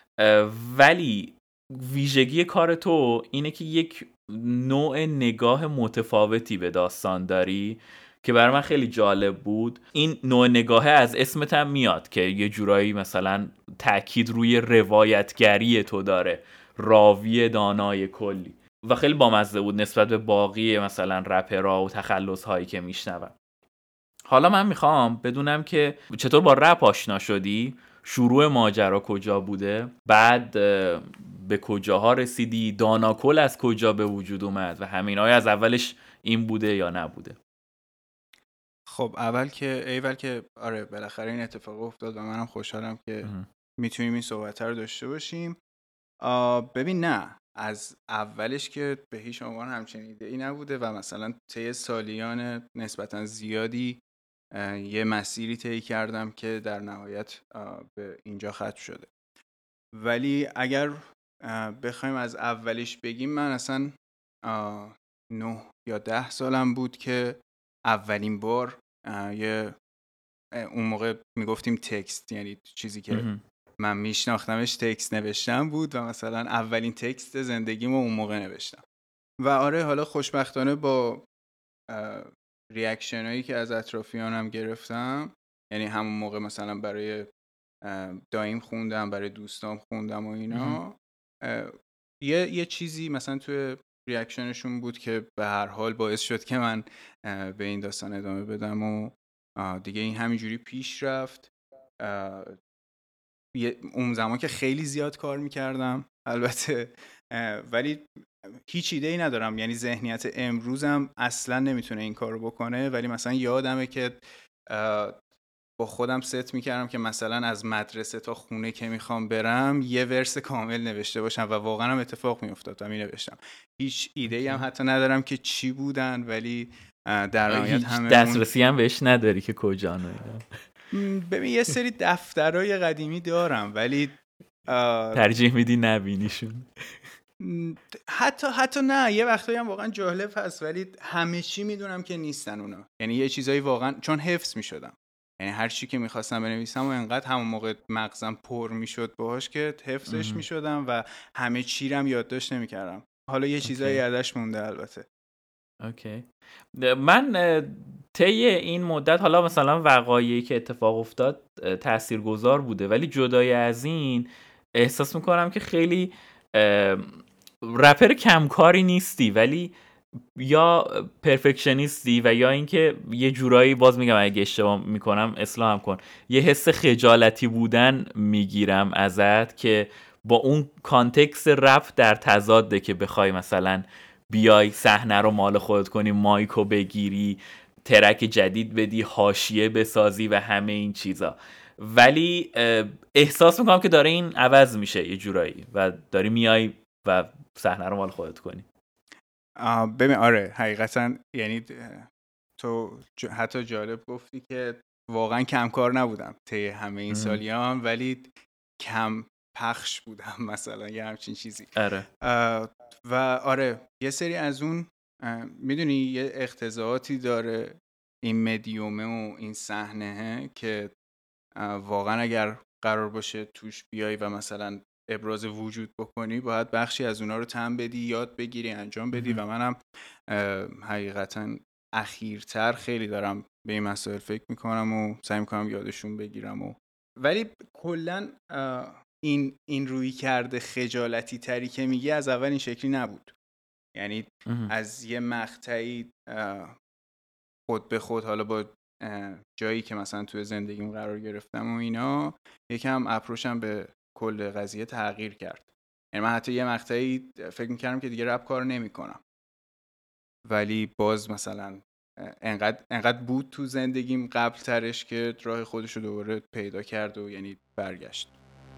Speaker 1: ولی ویژگی کار تو اینه که یک نوع نگاه متفاوتی به داستان داری که برای من خیلی جالب بود. این نوع نگاه از اسمت هم میاد که یه جورایی مثلا تأکید روی روایتگری تو داره، راوی دانای کلی، و خیلی بامزه بود نسبت به باقی مثلا رپرها و تخلص هایی که میشنوم. حالا من میخوام بدونم که چطور با رپ آشنا شدی، شروع ماجرا کجا بوده، بعد به کجاها رسیدی، دانا کل از کجا به وجود اومد و همین. آیا از اولش این بوده یا نبوده؟
Speaker 5: خب اول که ایول که آره بالاخره این اتفاق افتاد و منم خوشحالم که میتونیم این صحبت رو داشته باشیم. ببین نه، از اولش که به هیچ عنوان همچین ایده ای نبوده و مثلا طی سالیان نسبتا زیادی یه مسیری طی کردم که در نهایت به اینجا ختم شده. ولی اگر بخوایم از اولش بگیم، من اصلا نه یا ده سالم بود که اولین بار یه اون موقع میگفتیم تکست، یعنی چیزی که من میشناختمش تکست نوشتم بود و مثلا اولین تکست زندگیمو اون موقع نوشتم. و آره حالا خوشبختانه با ریاکشن هایی که از اطرافیانم گرفتم، یعنی همون موقع مثلا برای دایم خوندم، برای دوستام خوندم و اینا، یه یه چیزی مثلا توی ریاکشنشون بود که به هر حال باعث شد که من به این داستان ادامه بدم و دیگه این همینجوری پیش رفت. اون زمان که خیلی زیاد کار میکردم البته، ولی هیچ ایده ای ندارم، یعنی ذهنیت امروزم اصلا نمیتونه این کارو بکنه. ولی مثلا یادمه که با خودم ست میکردم که مثلا از مدرسه تا خونه که میخوام برم یه ورس کامل نوشته باشم و واقعا هم اتفاق میافتاد و مینوشتم. هیچ ایده ای هم حتی ندارم که چی بودن، ولی در نهایت همه
Speaker 1: دسترسی هم بهش نداری که کجا نه.
Speaker 5: ببین یه سری دفترهای قدیمی دارم ولی
Speaker 1: ترجیح میدی نبینیشون.
Speaker 5: حتی حتی نه، یه وقتایی هم واقعا جالب هست ولی همه چی میدونم که نیستن اونا. یعنی یه چیزایی واقعا چون حفظ میشدم، یعنی هر چی که میخواستم بنویسم و انقدر همون موقع مغزم پر میشد باهاش که حفظش میشدم و همه چی رو هم یادداشت نمیکردم. حالا یه چیزایی ازش مونده البته.
Speaker 1: اوکی. من طی این مدت حالا مثلا وقایعی که اتفاق افتاد تاثیرگذار بوده، ولی جدای از این احساس میکنم که خیلی رپر کمکاری نیستی، ولی یا پرفکشنیستی و یا اینکه یه جورایی، باز میگم اگه اشتباه میکنم اصلاحم کن، یه حس خجالتی بودن میگیرم ازت که با اون کانتکست رپ در تضاده که بخوای مثلا بیای صحنه رو مال خودت کنی، مایکو بگیری، ترک جدید بدی، حاشیه بسازی و همه این چیزا. ولی احساس میکنم که داره این عوض میشه یه جورایی و داری میای و صحنه رو مال خودت کنی.
Speaker 5: ببین آره حقیقتا، یعنی تو حتی جالب گفتی که واقعا کمکار نبودم طی همه این سالیان، ولی کم پخش بودم مثلا یه همچین چیزی.
Speaker 1: آره.
Speaker 5: و آره یه سری از اون میدونی یه اقتضاعاتی داره این مدیومه و این صحنه که واقعا اگر قرار باشه توش بیای و مثلا ابراز وجود بکنی باید بخشی از اونا رو تم بدی، یاد بگیری، انجام بدی. و منم حقیقتا اخیرتر خیلی دارم به این مسائل فکر میکنم و سعی میکنم یادشون بگیرم و ولی کلن این این روی کرده خجالتی تری که میگی از اول این شکلی نبود. یعنی از یه مقطعی خود به خود حالا با جایی که مثلا توی زندگیم قرار گرفتم و اینا یکم اپروچم به کل قضیه تغییر کرد. یعنی من حتی یه مقطعی فکر میکردم که دیگه رپ کار نمی کنم، ولی باز مثلا انقدر انقدر بود تو زندگیم قبل ترش که راه خودش رو دوباره پیدا کرد و یعنی برگشت.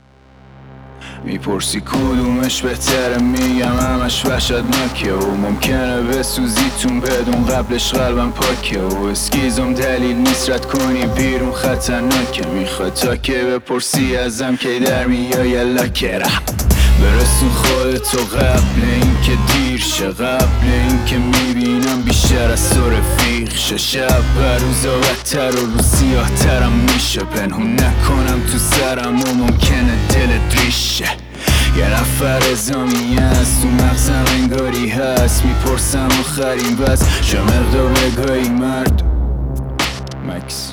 Speaker 6: میپرسی کدومش بهتره، میگم همش وحشتناکه و ممکنه بسوزیتون بدون قبلش قلبم پاکه و اسکیزم دلیل نیست رد کنی بیرون خطرناکه. میخواد تا که بپرسی ازم که در میای یلاکه رم برسون خودتو قبل این که دیر شه، قبل این که میبینم بیشتر از تو رفیق شه. شب بر روزا بدتر و روز سیاه ترم میشه، پنهون نکنم تو سرم و ممکنه دلت ریش شه. یه نفر ازامی هست تو مغزم انگاری هست، میپرسم آخرین بس شمردا بگایی مرد مکس.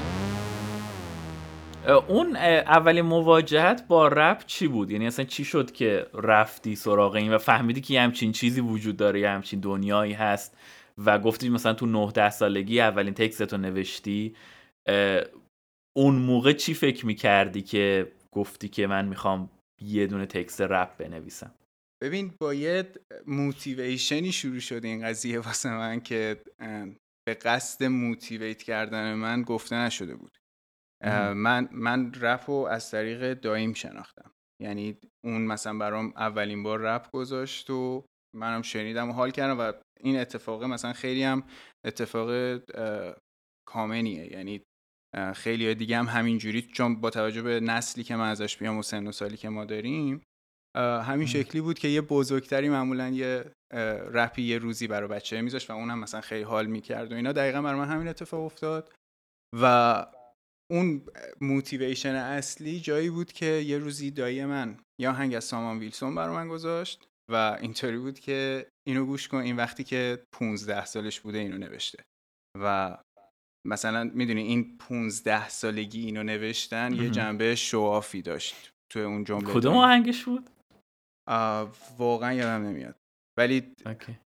Speaker 1: اون اولین مواجهت با رپ چی بود؟ یعنی اصلا چی شد که رفتی سراغ این و فهمیدی که یه همچین چیزی وجود داره، یه همچین دنیایی هست و گفتی مثلا تو نه ده سالگی اولین تکستو نوشتی؟ اون موقع چی فکر میکردی که گفتی که من میخوام یه دونه تکست رپ بنویسم؟
Speaker 5: ببین با یه موتیویشنی شروع شد این قضیه واسه من که به قصد موتیویت کردن من گفته نشده بود. من من رپ رو از طریق دایم شناختم، یعنی اون مثلا برام اولین بار رپ گذاشت و منم شنیدم و حال کردم و این اتفاق مثلا خیلی هم اتفاق کامنیه. یعنی خیلی دیگه هم همینجوری، چون با توجه به نسلی که من ازش بیام و سن و سالی که ما داریم همین شکلی بود که یه بزرگتری معمولا یه رپی یه روزی برای بچه میذاشت و اونم مثلا خیلی حال میکرد و اینا. دقیقا برای من همین اتفاق افتاد و اون موتیویشن اصلی جایی بود که یه روزی دایی من یا آهنگ از سامان ویلسون برای من گذاشت و اینطوری بود که اینو گوش کن، این وقتی که پونزده سالش بوده اینو نوشته. و مثلا میدونی این پونزده سالگی اینو نوشتن یه جنبه شوافی داشت توی اون جمله.
Speaker 1: کدوم آهنگش بود؟
Speaker 5: واقعا یادم نمیاد ولی
Speaker 1: okay.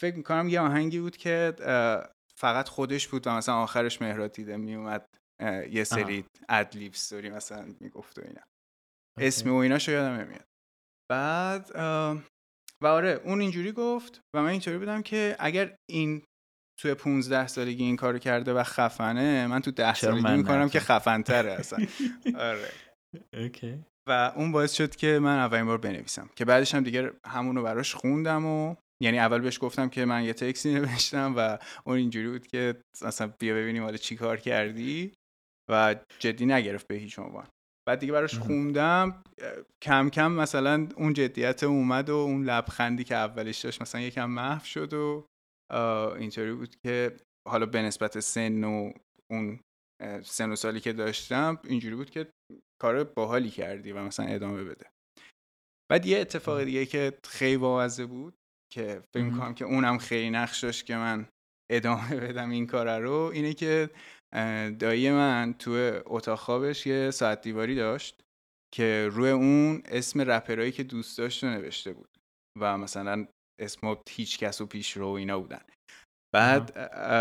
Speaker 5: فکر میکنم یه آهنگی بود که فقط خودش بود و مثلا آخرش مهراد دیده میومد یه سری ادلیب استوری مثلا میگفت و اینا. اسم و اینا شو یادم نمیاد. بعد و آره اون اینجوری گفت و من اینطوری بودم که اگر این توی پونزده سالگی این کارو کرده و خفنه، من تو ده سالگی میکنم که خفن تره اصلا. آره
Speaker 1: اوکی.
Speaker 5: و اون باعث شد که من اولین بار بنویسم که بعدش هم دیگه همونو براش خوندم و یعنی اول بهش گفتم که من یه تکسی نوشتم و اون اینجوری بود که مثلا بیا ببینیم حالا چی کار کردی و جدی نگرفت به هیچ عنوان. بعد دیگه براش خوندم، کم کم مثلا اون جدیت اومد و اون لبخندی که اولش داشت مثلا یکم محو شد و اینطوری بود که حالا به نسبت سن و اون سن و سالی که داشتم اینجوری بود که کار باحالی کردی و مثلا ادامه بده. بعد یه اتفاق دیگه که خیلی بامزه بود که فکر می‌کنم که اونم خیلی نقش داشت که من ادامه بدم این کار رو، اینه که دایی من تو اتاق خوابش یه ساعت دیواری داشت که روی اون اسم رپرایی که دوست داشت رو نوشته بود و مثلا اسم هیچ کس و پیش رو اینا بودن. بعد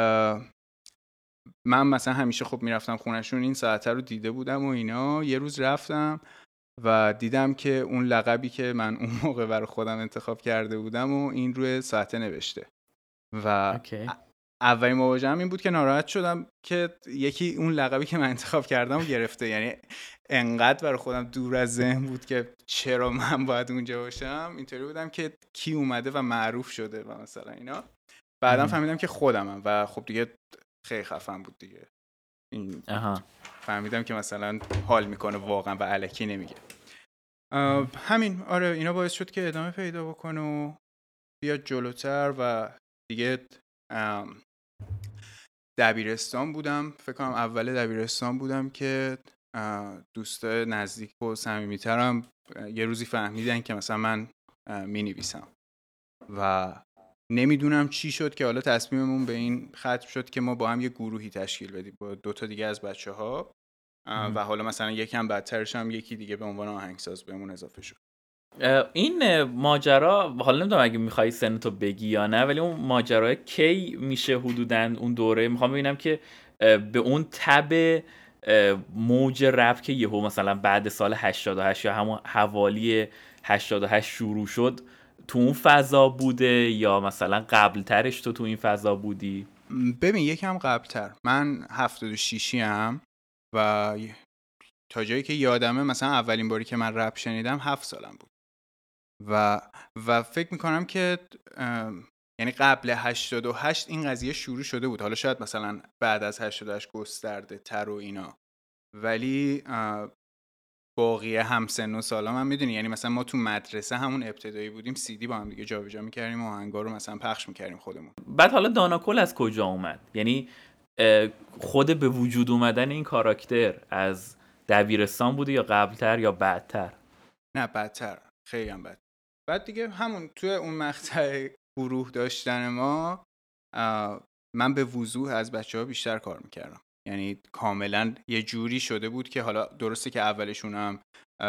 Speaker 5: من مثلا همیشه خب میرفتم خونشون، این ساعته رو دیده بودم و اینا. یه روز رفتم و دیدم که اون لقبی که من اون موقع برای خودم انتخاب کرده بودم و این روی ساعته نوشته و
Speaker 1: okay.
Speaker 5: اولین مواجهه‌ام این بود که ناراحت شدم که یکی اون لقبی که من انتخاب کردم گرفته. یعنی انقدر برای خودم دور از ذهن بود که چرا من باید اونجا باشم. اینطوری بودم که کی اومده و معروف شده و مثلا اینا. بعدم فهمیدم که خودمم و خب دیگه خیلی خفن بود دیگه. این
Speaker 1: اها.
Speaker 5: فهمیدم که مثلا حال میکنه واقعا و الکی نمیگه. همین آره اینا باعث شد که ادامه پیدا بکنه و بیاد جلوتر و دیگه دبیرستان بودم، فکر کنم اول دبیرستان بودم که دوستای نزدیک و صمیمیترم یه روزی فهمیدن که مثلا من مینویسم و نمیدونم چی شد که حالا تصمیممون به این ختم شد که ما با هم یه گروهی تشکیل بدیم با دو تا دیگه از بچه‌ها و حالا مثلا یکم بدترش هم یکی دیگه به عنوان آهنگساز بهمون اضافه شد.
Speaker 1: این ماجرا حالا نمیدونم اگه میخوای سنتو بگی یا نه، ولی اون ماجرا کی میشه حدوداً اون دوره؟ میخوام ببینم که به اون تب موج رپ که یهو مثلا بعد سال هشتاد و هشت یا همون حوالی هشتاد و هشت شروع شد تو اون فضا بوده یا مثلا قبل ترش تو تو این فضا بودی؟
Speaker 5: ببین یکم قبل تر، من هفتاد و شیشی هم و تا جایی که یادمه مثلا اولین باری که من رپ شنیدم هفت سالم بود و و فکر میکنم که یعنی قبل هشتاد و هشت این قضیه شروع شده بود. حالا شاید مثلا بعد از هشتاد و هشت گسترده تر و اینا، ولی باقی همسن و سالا من میدونی یعنی مثلا ما تو مدرسه همون ابتدایی بودیم، سی دی با هم دیگه جابجا میکردیم و آهنگا رو مثلا پخش میکردیم خودمون.
Speaker 1: بعد حالا داناکل از کجا اومد؟ یعنی خود به وجود اومدن این کاراکتر از دبیرستان بوده یا قبلتر یا بعدتر؟
Speaker 5: نه بعدتر، خیلی هم بعد. بعد دیگه همون توی اون مقطع گروه داشتن ما من به وضوح از بچه‌ها بیشتر کار میکردم. یعنی کاملا یه جوری شده بود که حالا درسته که اولشون هم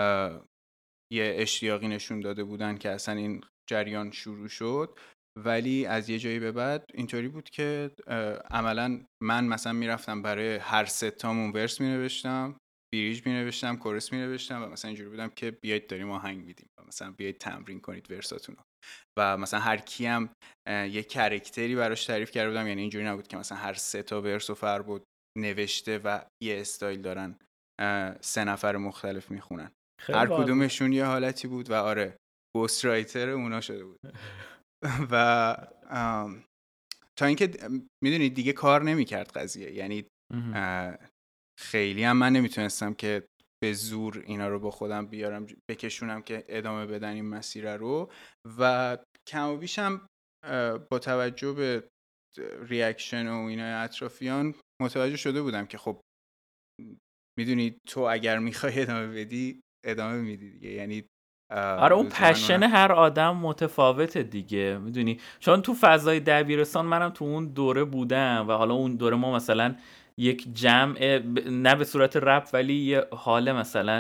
Speaker 5: یه اشتیاقی نشون داده بودن که اصلا این جریان شروع شد، ولی از یه جایی به بعد اینطوری بود که عملا من مثلا میرفتم برای هر ستامون ورس مینوشتم، بریج مینوشتم، کورس مینوشتم و مثلا اینجوری بودم که بیایید داریم آهنگ میدیم و مثلا بیایید تمرین کنید ورساتونو و مثلا هر کیم یه کاراکتری براش تعریف کرده بودم. یعنی اینجوری نبود که مثلا هر سه تا ورس و فربود نوشته و یه استایل دارن سه نفر مختلف میخونن، هر کدومشون یه حالتی بود و آره گوست رایتر اونا شده بود و تا اینکه میدونید دیگه کار نمیکرد قضیه. یعنی خیلی هم من نمیتونستم که به زور اینا رو با خودم بیارم بکشونم که ادامه بدن این مسیر رو و کم و بیش هم با توجه به ریاکشن و اینا اطرافیان متوجه شده بودم که خب میدونی تو اگر میخوای ادامه بدی ادامه میدی دیگه. یعنی
Speaker 1: آره اون پشن هر آدم متفاوته دیگه، میدونی چون تو فضای دبیرستان منم تو اون دوره بودم و حالا اون دوره ما مثلا یک جمع نه به صورت رپ ولی یه حال مثلا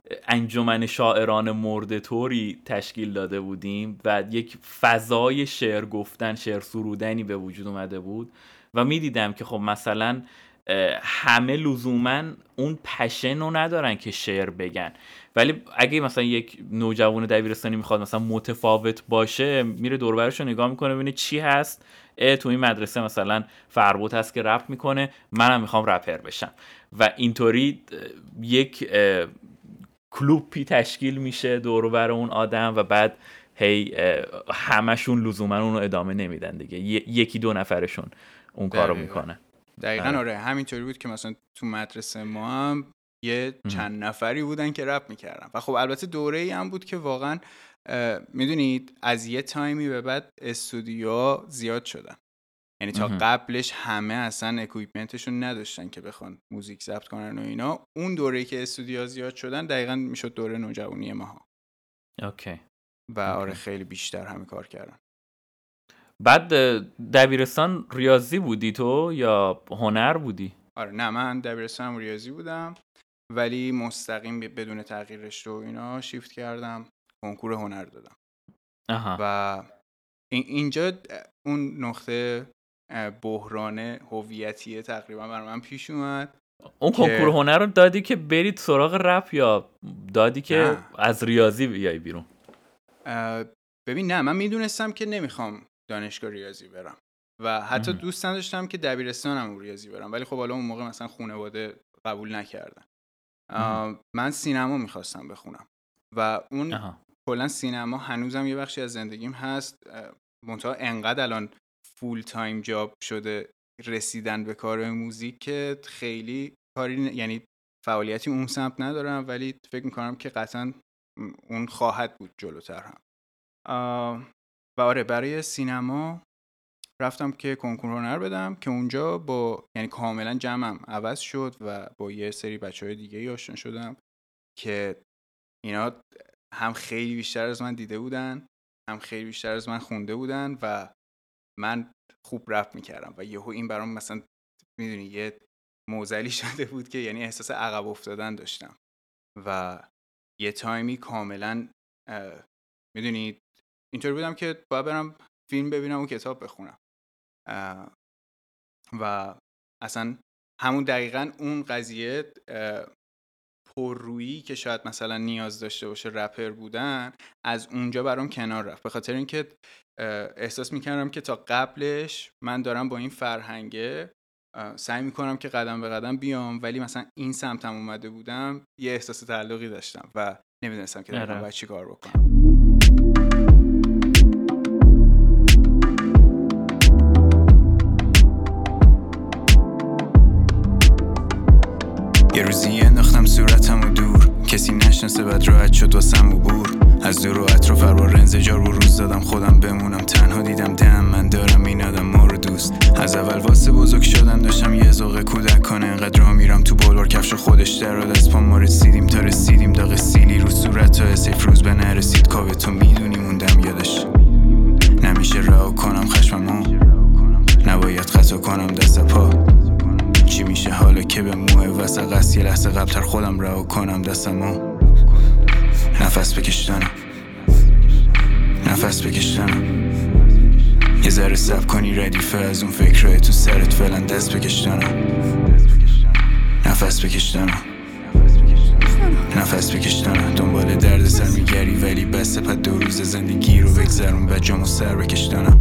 Speaker 1: انجمن شاعران مرده طوری تشکیل داده بودیم و یک فضای شعر گفتن، شعر سرودنی به وجود اومده بود و میدیدم که خب مثلا همه لزوماً اون پشن رو ندارن که شعر بگن، ولی اگه مثلا یک نوجوان دبیرستانی میخواد مثلا متفاوت باشه، میره دور و برش رو نگاه میکنه ببینه چی هست. تو این مدرسه مثلا فربود هست که رپ میکنه، منم میخوام رپر بشم و اینطوری یک کلوپی تشکیل میشه دور و بر اون آدم و بعد هی همشون لزوما اون رو ادامه نمیدن دیگه، یکی دو نفرشون اون کارو میکنه.
Speaker 5: دقیقاً آره همینطوری بود که مثلا تو مدرسه ما هم یه چند نفری بودن که رپ میکردن و خب البته دوره‌ای هم بود که واقعا میدونید از یه تایمی به بعد استودیوها زیاد شدن، یعنی تا قبلش همه اصلا اکویپمنتشون نداشتن که بخوان موزیک ضبط کنن و اینا. اون دوره‌ای که استودیوها زیاد شدن دقیقاً میشد دوره نوجوانی ماها.
Speaker 1: اوکی.
Speaker 5: و آره خیلی بیشتر همه کار کردن.
Speaker 1: بعد دبیرستان ریاضی بودی تو یا هنر بودی؟
Speaker 5: آره نه من دبیرستانم ریاضی بودم ولی مستقیم بدون تغییر رشته و اینا شیفت کردم کنکور هنر دادم.
Speaker 1: آها.
Speaker 5: و اینجا اون نقطه بحران هویتیه تقریبا برای من پیش اومد.
Speaker 1: اون کنکور هنر رو دادی که برید سراغ رپ یا دادی که
Speaker 5: نه.
Speaker 1: از ریاضی بیای بیرون؟
Speaker 5: ببین نه من میدونستم که نمیخوام دانشگاه ریاضی برم و حتی ام. دوست نداشتم که دبیرستانم ریاضی برم، ولی خب حالا اون موقع مثلا خانواده قبول نکردن. من سینما میخواستم بخونم و اون کلا سینما هنوزم یه بخشی از زندگیم هست، منتها انقدر الان فول تایم جاب شده رسیدن به کار موزیک که خیلی کاری یعنی فعالیتی اون سمت ندارم، ولی فکر میکنم که قطعا اون خواهد بود جلوتر هم. و آره برای سینما رفتم که کنکور هنر بدم که اونجا با یعنی کاملا جمعم عوض شد و با یه سری بچهای دیگه آشنا شدم که اینا هم خیلی بیشتر از من دیده بودن، هم خیلی بیشتر از من خونده بودن و من خوب رپ میکردم و یهو این برام مثلا میدونی یه معضلی شده بود که یعنی احساس عقب افتادن داشتم و یه تایمی کاملا میدونی اینطوری بودم که باید برم فیلم ببینم و کتاب بخونم و اصلا همون دقیقاً اون قضیه پررویی که شاید مثلا نیاز داشته باشه رپر بودن از اونجا برام کنار رفت، به خاطر اینکه احساس میکردم که تا قبلش من دارم با این فرهنگه سعی میکنم که قدم به قدم بیام، ولی مثلا این سمتم اومده بودم یه احساس تعلقی داشتم و نمیدونستم که دارم باید چی کار بکنم.
Speaker 6: یه روزی انداختم صورتم و دور، کسی نشناسه بعد راحت شد واسم عبور از دور و اطراف هر بار انزجار و روز دادم خودم بمونم تنها، دیدم دم من دارم این آدم ما رو دوست. از اول واسه بزرگ شدن داشتم یه ذوق کودکانه، انقدر راه میرم تو بلوار کفش خودش دراد از پا ما رسیدیم تا رسیدیم داغ سیلی رو صورت تا سیف روز به نرسید کاوه تو میدونی موندم یادش. نمیشه رها کنم خشممو، نباید خطا کنم دست پا، چی میشه حالا که به موه وسقست یه لحظه قبلتر خودم رها کنم دستمو. نفس بکشتنم نفس بکشتنم یه ذره سب کنی ردیفه از اون فکرهای تو سرت فعلا دست بکشتنم. نفس بکشتنم نفس بکشتنم دنبال درد سر میگری ولی بسته پد دو روز زندگی رو بگذرون و جامو سر بکشتنم.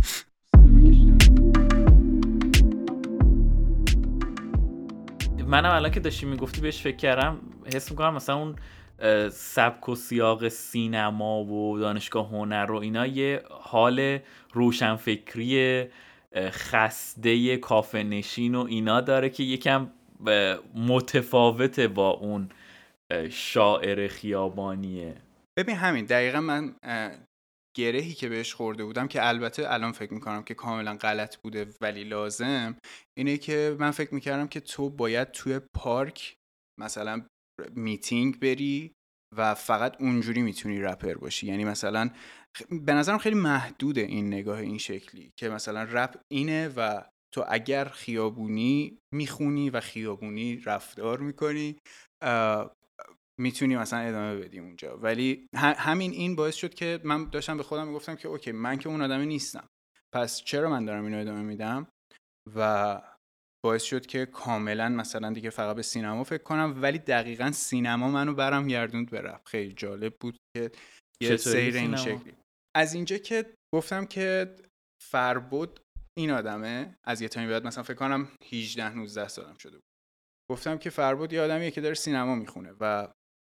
Speaker 1: منم الان که داشتی میگفتی بهش فکر کردم، حس میکنم مثلا اون سبک و سیاق سینما و دانشگاه هنر و اینا یه حال روشنفکری خسته کافه نشین و اینا داره که یکم متفاوته با اون شاعر خیابانیه.
Speaker 5: ببین همین دقیقا من گرهی که بهش خورده بودم که البته الان فکر میکنم که کاملا غلط بوده ولی لازم اینه که من فکر میکردم که تو باید توی پارک مثلا میتینگ بری و فقط اونجوری میتونی رپر باشی. یعنی مثلا به نظرم خیلی محدوده این نگاه این شکلی که مثلا رپ اینه و تو اگر خیابونی میخونی و خیابونی رفتار میکنی میتونی مثلا ادامه بدی اونجا. ولی همین این باعث شد که من داشتم به خودم میگفتم که اوکی من که اون آدمی نیستم، پس چرا من دارم اینو ادامه میدم؟ و باعث شد که کاملا مثلا دیگه فقط به سینما فکر کنم. ولی دقیقاً سینما منو برام گردوند به رپ. خیلی جالب بود که یه سیر این شکلی. از اینجا که گفتم که فربود این آدمه، از یه تایمی بعد مثلا فکر کنم هجده نوزده سالم شده بود، گفتم که فربود یه آدمیه که داره سینما میخونه و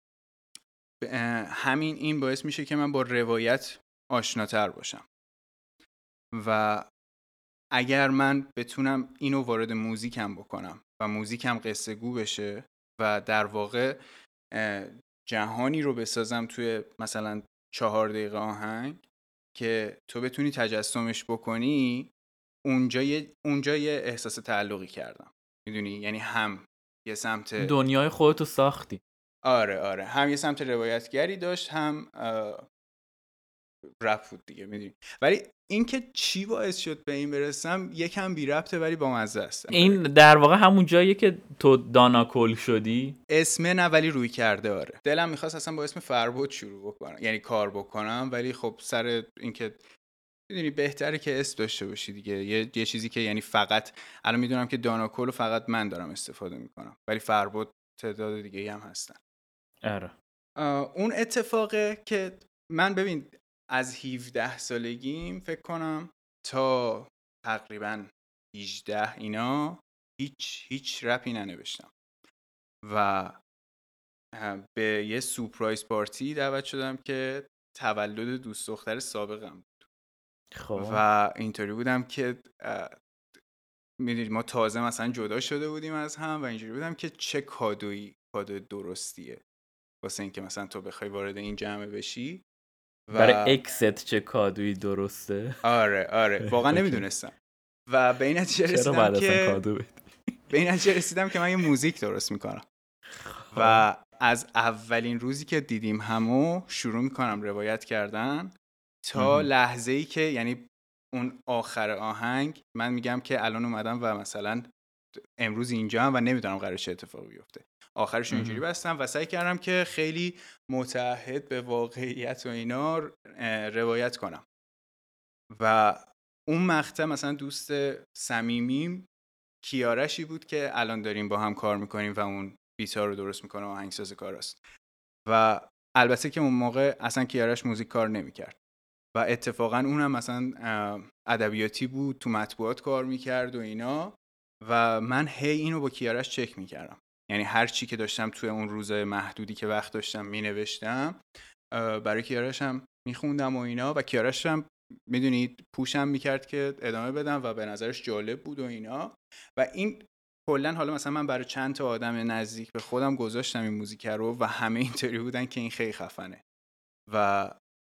Speaker 5: همین این باعث میشه که من با روایت آشناتر باشم و اگر من بتونم اینو وارد موزیکم بکنم و موزیکم قصه گو بشه و در واقع جهانی رو بسازم توی مثلا چهار دقیقه آهنگ که تو بتونی تجسمش بکنی، اونجا یه, اونجا یه احساس تعلقی کردم. میدونی؟ یعنی هم یه سمت
Speaker 1: دنیای خودتو ساختی.
Speaker 5: آره آره هم یه سمت روایتگری داشت، هم رپ بود دیگه. میدونی؟ ولی این که چی باعث شد به این برسم یکم بی ربطه ولی با مزه است.
Speaker 1: این در واقع همون جاییه که تو دانا کل شدی.
Speaker 5: اسم نه ولی روی کرده. آره دلم میخواست اصلا با اسم فربود شروع بکنم، یعنی کار بکنم، ولی خب سر اینکه میدونی بهتره که اسم داشته باشی دیگه، یه, یه چیزی که یعنی فقط الان میدونم که دانا کل فقط من دارم استفاده میکنم ولی فربود تعداد دیگه هم هستن.
Speaker 1: آره
Speaker 5: اون اتفاقه که من ببین از هفده سالگیم فکر کنم تا تقریبا هجده اینا هیچ هیچ رپی ننوشتم و به یه سورپرایز پارتی دعوت شدم که تولد دوست دختر سابقم بود.
Speaker 1: خب
Speaker 5: و اینطوری بودم که میدونید ما تازه مثلا جدا شده بودیم از هم و اینجوری بودم که چه کادویی کادو درستیه واسه اینکه مثلا تو بخوای وارد این جمع بشی و
Speaker 1: برای اکست چه کادویی درسته.
Speaker 5: آره آره واقعا نمیدونستم و به این نتیجه رسیدم که
Speaker 1: کادو بدی.
Speaker 5: به این نتیجه رسیدم که من یه موزیک درست میکنم و از اولین روزی که دیدیم همو شروع میکنم روایت کردن تا لحظه‌ای که یعنی اون آخر آهنگ من میگم که الان اومدم و مثلا امروز اینجا هم و نمیدونم قراره چه اتفاقی بیفته. آخرش اینجوری بستم و سعی کردم که خیلی متعهد به واقعیت و اینا روایت کنم و اون مقطع مثلا دوست صمیمیم کیارشی بود که الان داریم با هم کار میکنیم و اون بیتا رو درست میکنه و آهنگساز کاراست و البته که اون موقع اصلا کیارش موزیک کار نمیکرد و اتفاقا اونم مثلا ادبیاتی بود، تو مطبوعات کار میکرد و اینا و من هی اینو با کیارش چک میکردم. یعنی هر چی که داشتم توی اون روز محدودی که وقت داشتم مینوشتم برای کیارش هم میخوندم و اینا و کیارش هم میدونید پوشم میکرد که ادامه بدم و به نظرش جالب بود و اینا و این کلن حالا مثلا من برای چند تا آدم نزدیک به خودم گذاشتم این موزیک رو و همه اینطوری بودن که این خیلی خفنه و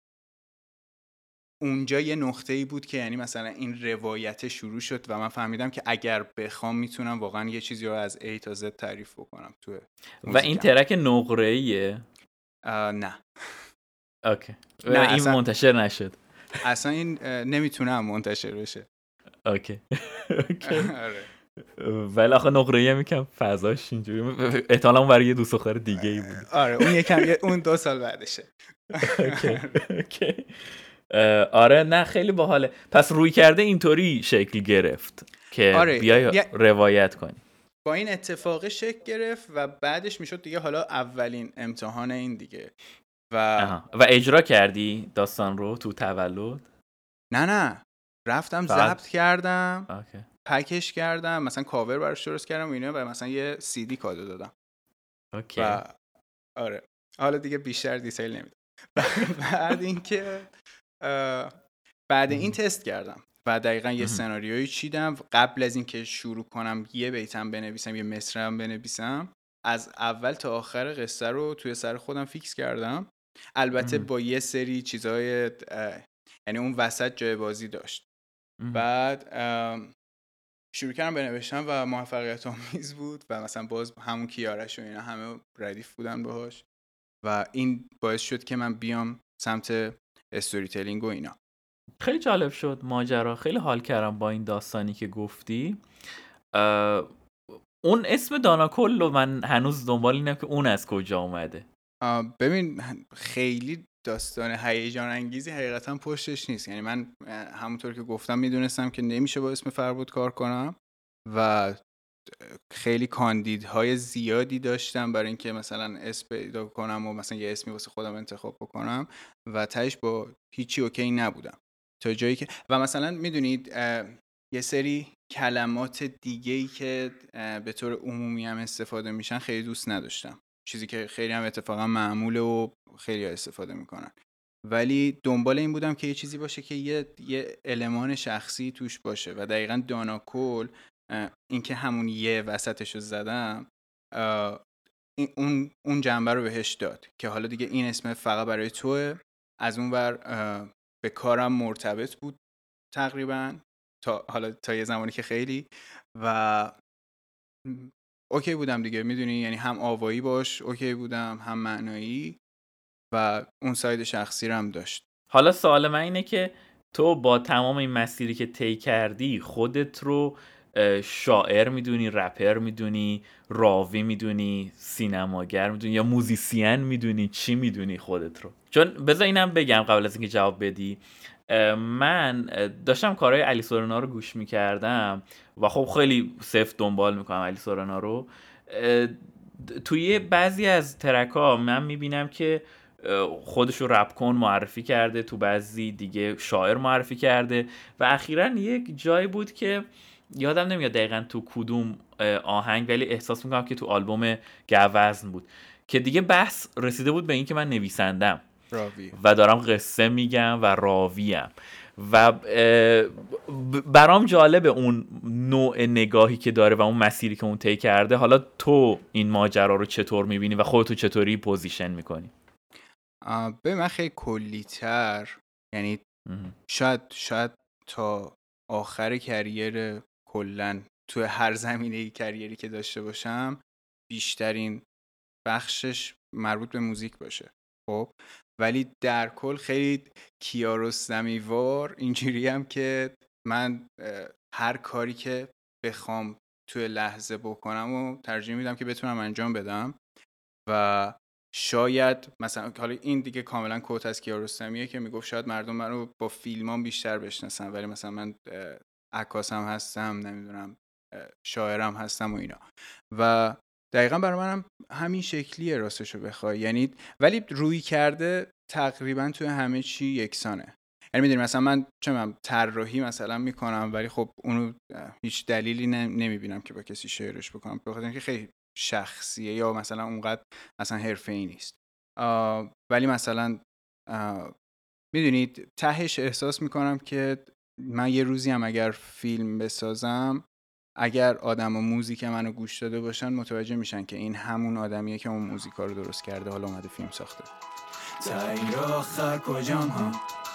Speaker 5: اونجا یه نقطه‌ای بود که یعنی مثلا این روایت شروع شد و من فهمیدم که اگر بخوام میتونم واقعا یه چیزی رو از A تا Z تعریف بکنم تو
Speaker 1: و این ترک نقره‌ایه؟
Speaker 5: نه
Speaker 1: اوکی. نه این
Speaker 5: اصلا
Speaker 1: منتشر نشد
Speaker 5: اصلا این نمیتونم منتشر بشه.
Speaker 1: اوکی اوکی آره ولی آخه نقره‌ای میگم فضاش اینجوری احتمالاً اون برای یه دوست دختر دیگه ای بود.
Speaker 5: آره اون یکم اون دو سال بعدشه.
Speaker 1: اوکی اوکی آره نه خیلی باحاله. پس روی کرده اینطوری شکل گرفت که
Speaker 5: آره
Speaker 1: بیای
Speaker 5: ی...
Speaker 1: روایت کنی.
Speaker 5: با این اتفاق شکل گرفت و بعدش میشد دیگه حالا اولین امتحان این دیگه و
Speaker 1: آها. و اجرا کردی داستان رو تو تولد؟
Speaker 5: نه نه رفتم
Speaker 1: بعد...
Speaker 5: ضبط کردم
Speaker 1: اوکی.
Speaker 5: پکش کردم مثلا کاور براش درست کردم و اینا و مثلا یه سی دی کادو دادم.
Speaker 1: اوکی.
Speaker 5: و آره حالا دیگه بیشتر دیتیل نمیدم. بعد اینکه بعد این تست کردم و دقیقاً یه سناریویی چیدم قبل از اینکه شروع کنم یه بیتم بنویسم یه مصرعم بنویسم از اول تا آخر قصه رو توی سر خودم فیکس کردم. البته با یه سری چیزای یعنی اون وسط جای بازی داشت. بعد شروع کردم بنوشتم و موفقیت آمیز بود و مثلا باز همون کیارش و اینا همه ردیف بودن باهاش و این باعث شد که من بیام سمت استوری تلینگ و اینا.
Speaker 1: خیلی جالب شد ماجرا. خیلی حال کردم با این داستانی که گفتی. اون اسم دانا کل رو من هنوز دنبال اینم که اون از کجا اومده.
Speaker 5: ببین خیلی داستان هیجان انگیزی حقیقتا پشتش نیست. یعنی من همونطور که گفتم میدونستم که نمیشه با اسم فربود کار کنم و خیلی کاندیدهای زیادی داشتم برای اینکه مثلا اسم پیدا کنم و مثلا یه اسمی واسه خودم انتخاب بکنم و تهش با هیچی اوکی نبودم تا جایی که و مثلا میدونید یه سری کلمات دیگه‌ای که به طور عمومی هم استفاده میشن خیلی دوست نداشتم، چیزی که خیلی هم اتفاقا معموله و خیلی ها استفاده میکنن، ولی دنبال این بودم که یه چیزی باشه که یه یه المان شخصی توش باشه و دقیقاً داناکل این که همون یه وسطشو زدم اون اون جنبه رو بهش داد که حالا دیگه این اسم فقط برای توه. از اون ور به کارم مرتبط بود تقریبا تا حالا تا یه زمانی که خیلی و اوکی بودم دیگه، میدونی، یعنی هم آوایی باش اوکی بودم هم معنایی و اون ساید شخصی رو هم داشت.
Speaker 1: حالا سوال من اینه که تو با تمام این مسیری که طی کردی خودت رو شاعر میدونی، رپر میدونی، راوی میدونی، سینماگر میدونی یا موزیسین میدونی؟ چی میدونی خودت رو؟ چون بذار اینم بگم قبل از اینکه جواب بدی، من داشتم کارهای علی سورنا رو گوش میکردم و خب خیلی سفت دنبال میکنم علی سورنا رو. توی بعضی از ترک‌ها من میبینم که خودش رو رپ کن معرفی کرده، تو بعضی دیگه شاعر معرفی کرده و اخیراً یک جایی بود که یادم نمیاد دقیقاً تو کدوم آهنگ، ولی احساس میکنم که تو آلبوم گوزن بود که دیگه بحث رسیده بود به این که من نویسندم
Speaker 5: راوی
Speaker 1: و دارم قصه میگم و راویم و برام جالبه اون نوع نگاهی که داره و اون مسیری که اون طی کرده. حالا تو این ماجرا رو چطور میبینی و خودتو چطوری پوزیشن میکنی؟
Speaker 5: به من خیلی کلی‌تر، یعنی شاید شاید تا آخر کریر کلن تو هر زمینه‌ای کریری که داشته باشم بیشترین بخشش مربوط به موزیک باشه، خب ولی در کل خیلی کیارستمی وار اینجوری هم که من هر کاری که بخوام توی لحظه بکنم و ترجیح میدم که بتونم انجام بدم و شاید مثلا حالا این دیگه کاملا کوت از کیارستمیه که میگفت شاید مردم منو با فیلمام بیشتر بشناسن ولی مثلا من عکاسم هستم، نمیدونم شاعرم هستم و اینا و دقیقا برای منم همین شکلیه راستشو بخوای، یعنی ولی روی کرده تقریبا توی همه چی یکسانه. یعنی میدونی مثلا من چه من طراحی مثلا میکنم ولی خب اونو هیچ دلیلی نمیبینم که با کسی شعرش بکنم بخاطر اینکه خیلی شخصیه یا مثلا اونقدر مثلا حرفه‌ای نیست، ولی مثلا میدونید تهش احساس میکنم که من یه روزی هم اگر فیلم بسازم، اگر آدم و موزیک منو گوش داده باشن متوجه میشن که این همون آدمیه که اون موزیکا رو درست کرده حالا اومده فیلم ساخته.
Speaker 6: تا این آخر کجام ها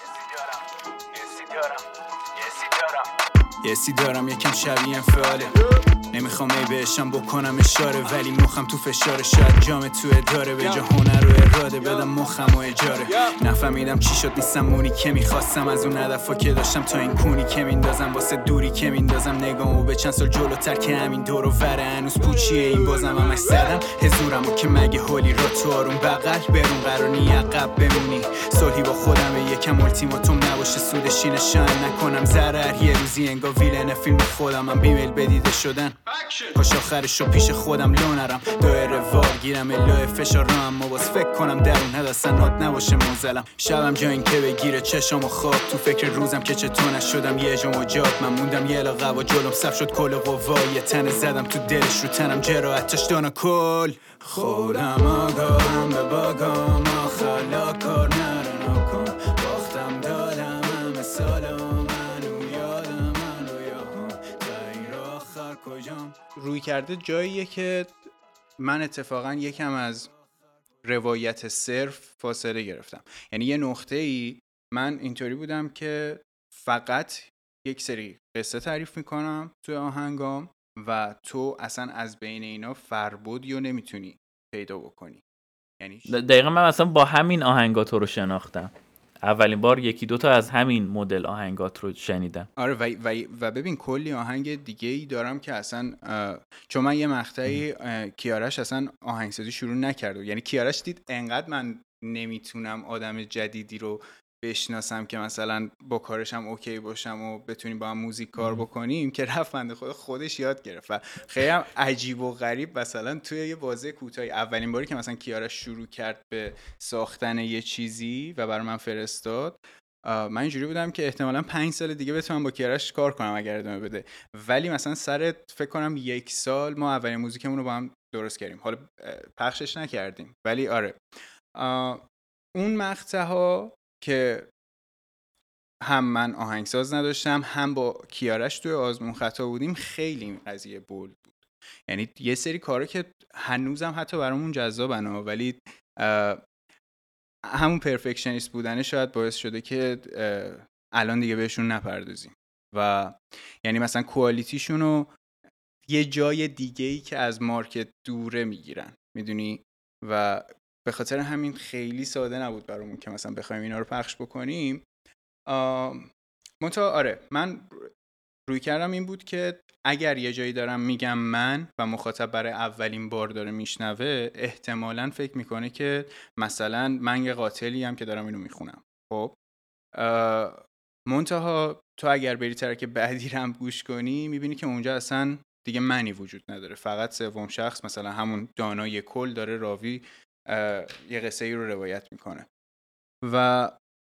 Speaker 6: یه سی دارم یکم شبیه انفعاله، نمیخوام ای بهشم بکنم اشاره ولی مخم تو فشاره، شاید جام تو اداره به جا هنر و اراده بدم مخم و اجاره. نفهمیدم چی شد نیستم مونی که میخواستم از اون هدفا که داشتم تا این کونی که میندازم واسه دوری که میندازم نگامو به چند سال جلوتر که همین دور و وره هنوز پوچیه این بازم همش زدم حضورمو که مگه هولی را تو آروم بغل برون قرار نی عقب بمونی صلحی با خودم به یکم التیماتوم نباشه سودشی نشان نکنم ضرر یه روزی انگار ویلن فیلم خودم هم بیمیل بدیده شدن کاش آخرشو پیش خودم لو نرم دایره وار گیرم الهه فشار رو اما باز فکر کنم درون هدستنات نباشه موزلم شبم جا این که بگیره چشم و خواب تو فکر روزم که چطور نشدم یه جا مجاب من موندم یه لاغب و جلوم صف شد کل قوا یه تن زدم تو دلش رو تنم جراحتش دانا کل خودم آگاهم به باگام آخلا کار نره نکن باختم دادم همه سالم
Speaker 5: روی کرده جاییه که من اتفاقا یکم از روایت صرف فاصله گرفتم. یعنی یه نقطه‌ای من اینطوری بودم که فقط یک سری قصه تعریف میکنم توی آهنگام و تو اصلا از بین اینا فربودی رو نمیتونی پیدا بکنی. یعنی
Speaker 1: دقیقا من مثلا با همین آهنگا تو رو شناختم اولین بار یکی دوتا از همین مدل آهنگات رو شنیدم.
Speaker 5: آره و, و, و ببین کلی آهنگ دیگه ای دارم که اصلا چون من یه مقطعی کیارش اصلا آهنگسازی شروع نکرده، یعنی کیارش دید انقدر من نمیتونم آدم جدیدی رو بشناسم که مثلا با کارش هم اوکی باشم و بتونیم با هم موزیک کار بکنیم که رفت بنده خدا خودش یاد گرفت و خیلی هم عجیب و غریب مثلا توی یه بازه کوتاهی اولین باری که مثلا کیارش شروع کرد به ساختن یه چیزی و برای من فرستاد، من اینجوری بودم که احتمالاً پنج سال دیگه بتونم با کیارش کار کنم اگر ادامه بده، ولی مثلا سر فکر کنم یک سال ما اولین موزیکمون رو با هم درست کردیم. حالا پخشش نکردیم ولی آره اون مقطع ها که هم من آهنگساز نداشتم هم با کیارش توی آزمون خطا بودیم خیلی این قضیه بولد بود. یعنی یه سری کارا که هنوزم حتی برامون جذابن ولی همون پرفکشنیست بودنه شاید باعث شده که الان دیگه بهشون نپردازیم و یعنی مثلا کوالیتیشون رو یه جای دیگه‌ای که از مارکت دوره میگیرن، میدونی، و به خاطر همین خیلی ساده نبود برامون که مثلا بخوایم اینا رو پخش بکنیم. منتها آره من روی کردم این بود که اگر یه جایی دارم میگم من و مخاطب برای اولین بار داره میشنوه احتمالاً فکر میکنه که مثلا من یه قاتلی هم که دارم اینو میخونم. خب منتها تو اگر بری ترک بعدی رو هم گوش کنی میبینی که اونجا اصلا دیگه منی وجود نداره، فقط سوم شخص مثلا همون دانای کل داره راوی یه قصه ای رو روایت میکنه و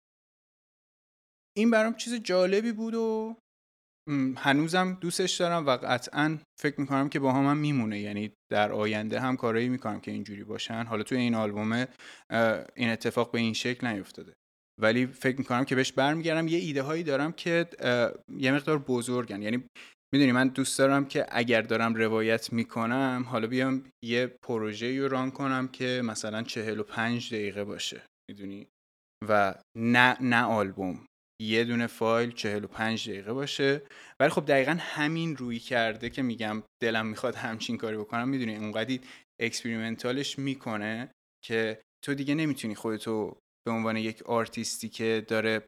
Speaker 5: این برام چیز جالبی بود و هنوزم دوستش دارم و قطعاً فکر میکنم که با هم هم میمونه، یعنی در آینده هم کارایی میکنم که اینجوری باشن. حالا توی این آلبومه این اتفاق به این شکل نیفتاده ولی فکر میکنم که بهش برمیگردم. یه ایده هایی دارم که یه مقدار بزرگن، یعنی میدونی من دوست دارم که اگر دارم روایت میکنم حالا بیام یه پروژه‌ای رو ران کنم که مثلا چهل و پنج دقیقه باشه، میدونی، و نه نه آلبوم، یه دونه فایل چهل و پنج دقیقه باشه. ولی خب دقیقاً همین روی کرده که میگم دلم میخواد همچین کاری بکنم، میدونی اونقدی اکسپریمنتالش میکنه که تو دیگه نمیتونی خودتو به عنوان یک آرتیستی که داره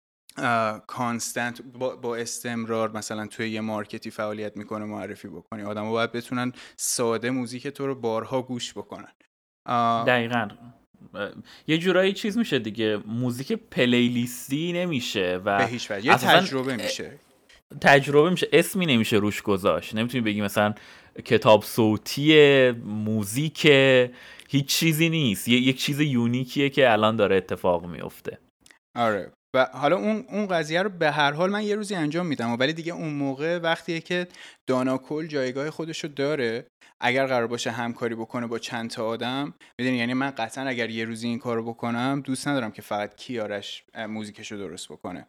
Speaker 5: کانستنت با, با استمرار مثلا توی یه مارکتی فعالیت میکنه معرفی بکنی. آدم ها باید بتونن ساده موزیک تو رو بارها گوش بکنن.
Speaker 1: دقیقاً یه جورایی چیز میشه دیگه، موزیک پلیلیستی نمیشه و
Speaker 5: به هیچ وجه یه تجربه میشه
Speaker 1: تجربه میشه اسمی نمیشه روش گذاشت. نمیتونی بگی مثلا کتاب صوتی موزیک، هیچ چیزی نیست، یه یک چیز یونیکیه که الان داره اتفاق میفته.
Speaker 5: آره و حالا اون اون قضیه رو به هر حال من یه روزی انجام میدم ولی دیگه اون موقع وقتیه که دانا کل جایگاه خودشو داره، اگر قرار باشه همکاری بکنه با چند تا آدم، میدونی، یعنی من قطعا اگر یه روزی این کارو بکنم دوست ندارم که فقط کیارش موزیکشو درست بکنه،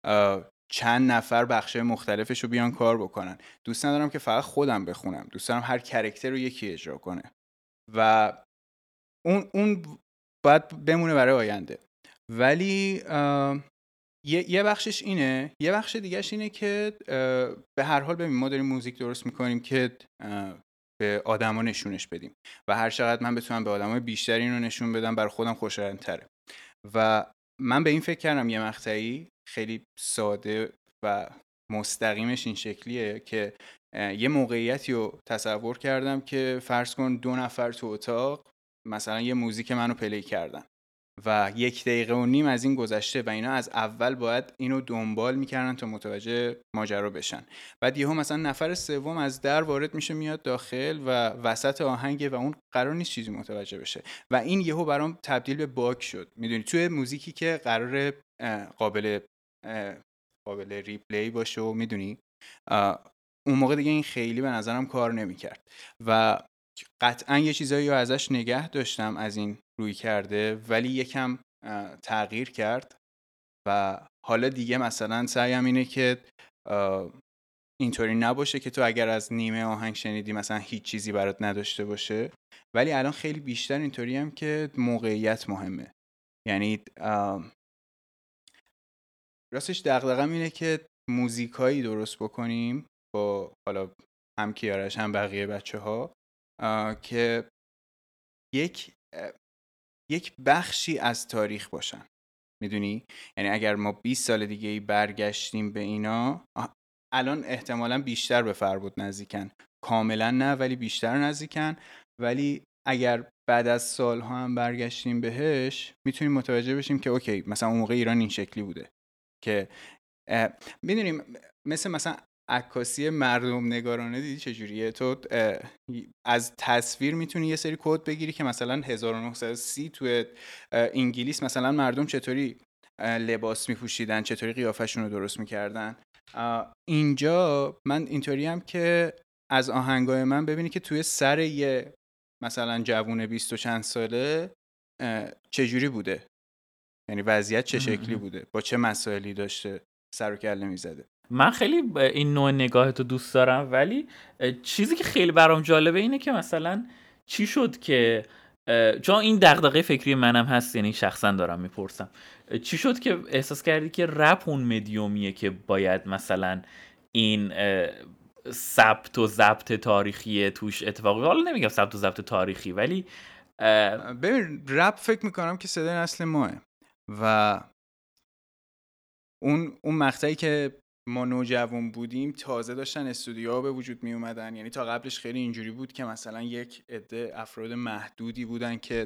Speaker 5: چند نفر بخشای مختلفشو بیان کار بکنن. دوست ندارم که فقط خودم بخونم، دوست دارم هر کاراکتر رو یکی اجرا کنه و اون اون باید بمونه برای آینده. ولی یه یه بخشش اینه، یه بخش دیگهش اینه که به هر حال ببین ما داریم موزیک درست میکنیم که به آدما نشونش بدیم و هر چقدر من بتونم به آدمای بیشتری اینو نشون بدم برای خودم خوشایندتره. و من به این فکر کردم یه مقطعی خیلی ساده و مستقیمش این شکلیه که یه موقعیتی رو تصور کردم که فرض کن دو نفر تو اتاق مثلا یه موزیک منو پلی کردن و یک دقیقه و نیم از این گذشته و اینا از اول باید اینو دنبال میکردن تا متوجه ماجرا بشن. بعد یهو مثلا نفر سوم از در وارد میشه میاد داخل و وسط آهنگه و اون قرار نیست چیزی متوجه بشه و این یهو برام تبدیل به باگ شد. میدونی توی موزیکی که قرار قابل قابل ریپلی باشه و میدونی اون موقع دیگه این خیلی به نظرم کار نمیکرد و قطعا یه چیزایی رو ازش نگه داشتم از این روی کرده ولی یکم تغییر کرد و حالا دیگه مثلا سعیم اینه که اینطوری نباشه که تو اگر از نیمه آهنگ شنیدی مثلا هیچ چیزی برات نداشته باشه، ولی الان خیلی بیشتر اینطوری هم که موقعیت مهمه. یعنی راستش دغدغه‌م اینه که موزیکایی درست بکنیم با حالا هم کیارش هم بقیه بچه ها که یک یک بخشی از تاریخ باشن. میدونی؟ یعنی اگر ما بیست سال دیگه ای برگشتیم به اینا، الان احتمالاً بیشتر به فربود نزدیکن، کاملا نه ولی بیشتر نزدیکن، ولی اگر بعد از سالها هم برگشتیم بهش میتونیم متوجه بشیم که اوکی مثلا اون موقع ایران این شکلی بوده که میدونیم مثل مثلا عکاسی مردم نگارانه دیدی چجوریه؟ تو از تصویر میتونی یه سری کد بگیری که مثلا هزار و نهصد و سی تو انگلیس مثلا مردم چطوری لباس میپوشیدن، چطوری قیافشون رو درست میکردن. اینجا من اینطوری هم که از آهنگای من ببینی که توی سر یه مثلا جوون بیست و چند ساله چجوری بوده، یعنی وضعیت چه شکلی بوده، با چه مسائلی داشته سر و کله میزده.
Speaker 1: من خیلی این نوع نگاهتو دوست دارم، ولی چیزی که خیلی برام جالبه اینه که مثلا چی شد که، چون این دغدغه فکری منم هست، یعنی شخصا دارم میپرسم، چی شد که احساس کردی که رپ اون مدیومیه که باید مثلا این ثبت و ضبط تاریخی توش اتفاقی، حالا نمیگم ثبت و ضبط تاریخی، ولی
Speaker 5: ببین رپ فکر میکنم که صدای نسل ماه و اون اون مقطعی که ما نوجوان بودیم تازه داشتن استودیوها به وجود می اومدن. یعنی تا قبلش خیلی اینجوری بود که مثلا یک عده افراد محدودی بودن که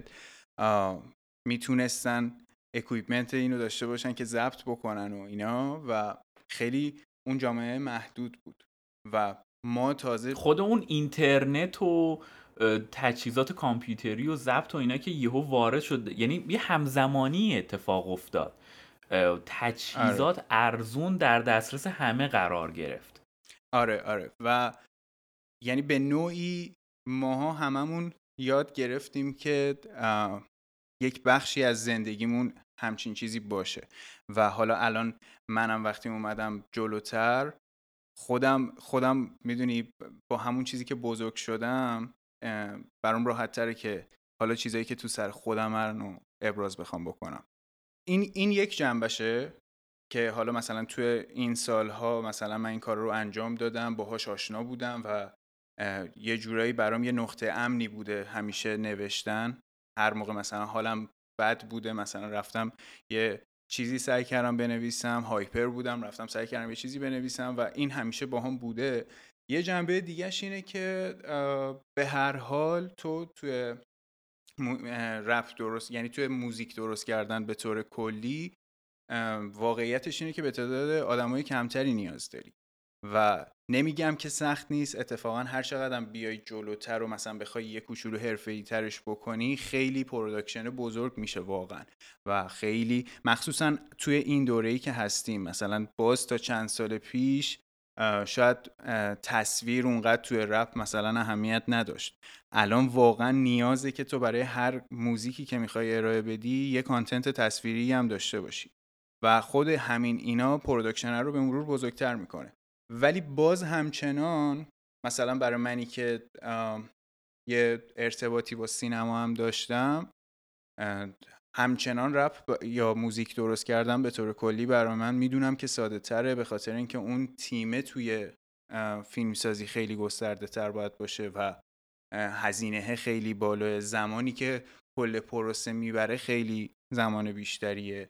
Speaker 5: میتونستن اکویپمنت اینو داشته باشن که ضبط بکنن و اینا، و خیلی اون جامعه محدود بود و ما تازه
Speaker 1: خود اون اینترنت و تجهیزات کامپیوتری و ضبط و اینا که یهو وارد شد، یعنی یه همزمانی اتفاق افتاد، تجهیزات آره. ارزون در دسترس همه قرار گرفت.
Speaker 5: آره آره و یعنی به نوعی ماها هممون یاد گرفتیم که یک بخشی از زندگیمون همچین چیزی باشه و حالا الان منم وقتی اومدم جلوتر خودم خودم میدونی با همون چیزی که بزرگ شدم برام راحت تره که حالا چیزایی که تو سر خودم رو ابراز بخوام بکنم. این این یک جنبشه که حالا مثلا توی این سالها مثلا من این کار رو انجام دادم، باهاش آشنا بودم و یه جورایی برام یه نقطه امنی بوده همیشه نوشتن. هر موقع مثلا حالم بد بوده مثلا رفتم یه چیزی سعی کردم بنویسم، هایپر بودم رفتم سعی کردم یه چیزی بنویسم و این همیشه باهام بوده. یه جنبه دیگه‌ش اینه که به هر حال تو توی رپ درست، یعنی توی موزیک درست کردن به طور کلی واقعیتش اینه که به تعداد آدمای کمتری نیاز داری و نمیگم که سخت نیست، اتفاقا هر چقدرم بیای جلوتر و مثلا بخوای یه کوچولو حرفه‌ای ترش بکنی خیلی پروداکشن بزرگ میشه واقعا و خیلی مخصوصا توی این دوره‌ای که هستیم. مثلا باز تا چند سال پیش شاید تصویر اونقدر توی رپ مثلا اهمیت نداشت، الان واقعا نیازه که تو برای هر موزیکی که میخوای ارائه بدی یه کانتنت تصویری هم داشته باشی و خود همین اینا پروداکشن رو به مرور بزرگتر میکنه. ولی باز همچنان مثلا برای منی که یه ارتباطی با سینما هم داشتم، همچنان رپ یا موزیک درست کردم به طور کلی برای من میدونم که ساده تره، به خاطر اینکه اون تیمه توی فیلمسازی خیلی گسترده تر باید باشه و هزینه خیلی بالاه، زمانی که کل پروسه میبره خیلی زمان بیشتریه.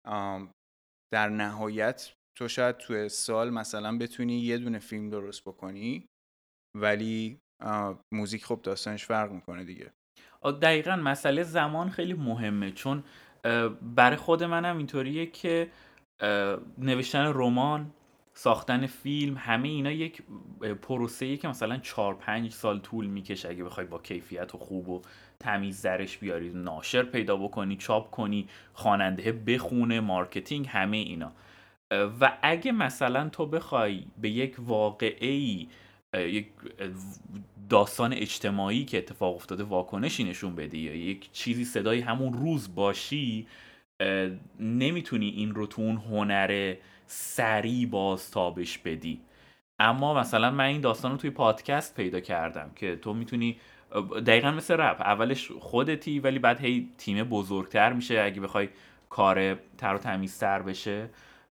Speaker 5: در نهایت تو شاید توی سال مثلا بتونی یه دونه فیلم درست بکنی، ولی موزیک خب داستانش فرق میکنه دیگه.
Speaker 1: دقیقاً مسئله زمان خیلی مهمه، چون برای خود منم اینطوریه که نوشتن رمان، ساختن فیلم، همه اینا یک پروسه‌ایه که مثلا چهار پنج سال طول میکشه اگه بخوای با کیفیت و خوب و تمیز درش بیاری، ناشر پیدا بکنی، چاپ کنی، خواننده بخونه، مارکتینگ، همه اینا. و اگه مثلا تو بخوای به یک واقعه‌ای، یک داستان اجتماعی که اتفاق افتاده واکنشی نشون بدی یا یک چیزی صدای همون روز باشی، نمیتونی این رو تو اون هنر سریع بازتابش بدی. اما مثلا من این داستان رو توی پادکست پیدا کردم که تو میتونی دقیقا مثل رپ، اولش خودتی ولی بعد هی تیم بزرگتر میشه اگه بخوای کار تر و تمیزتر بشه،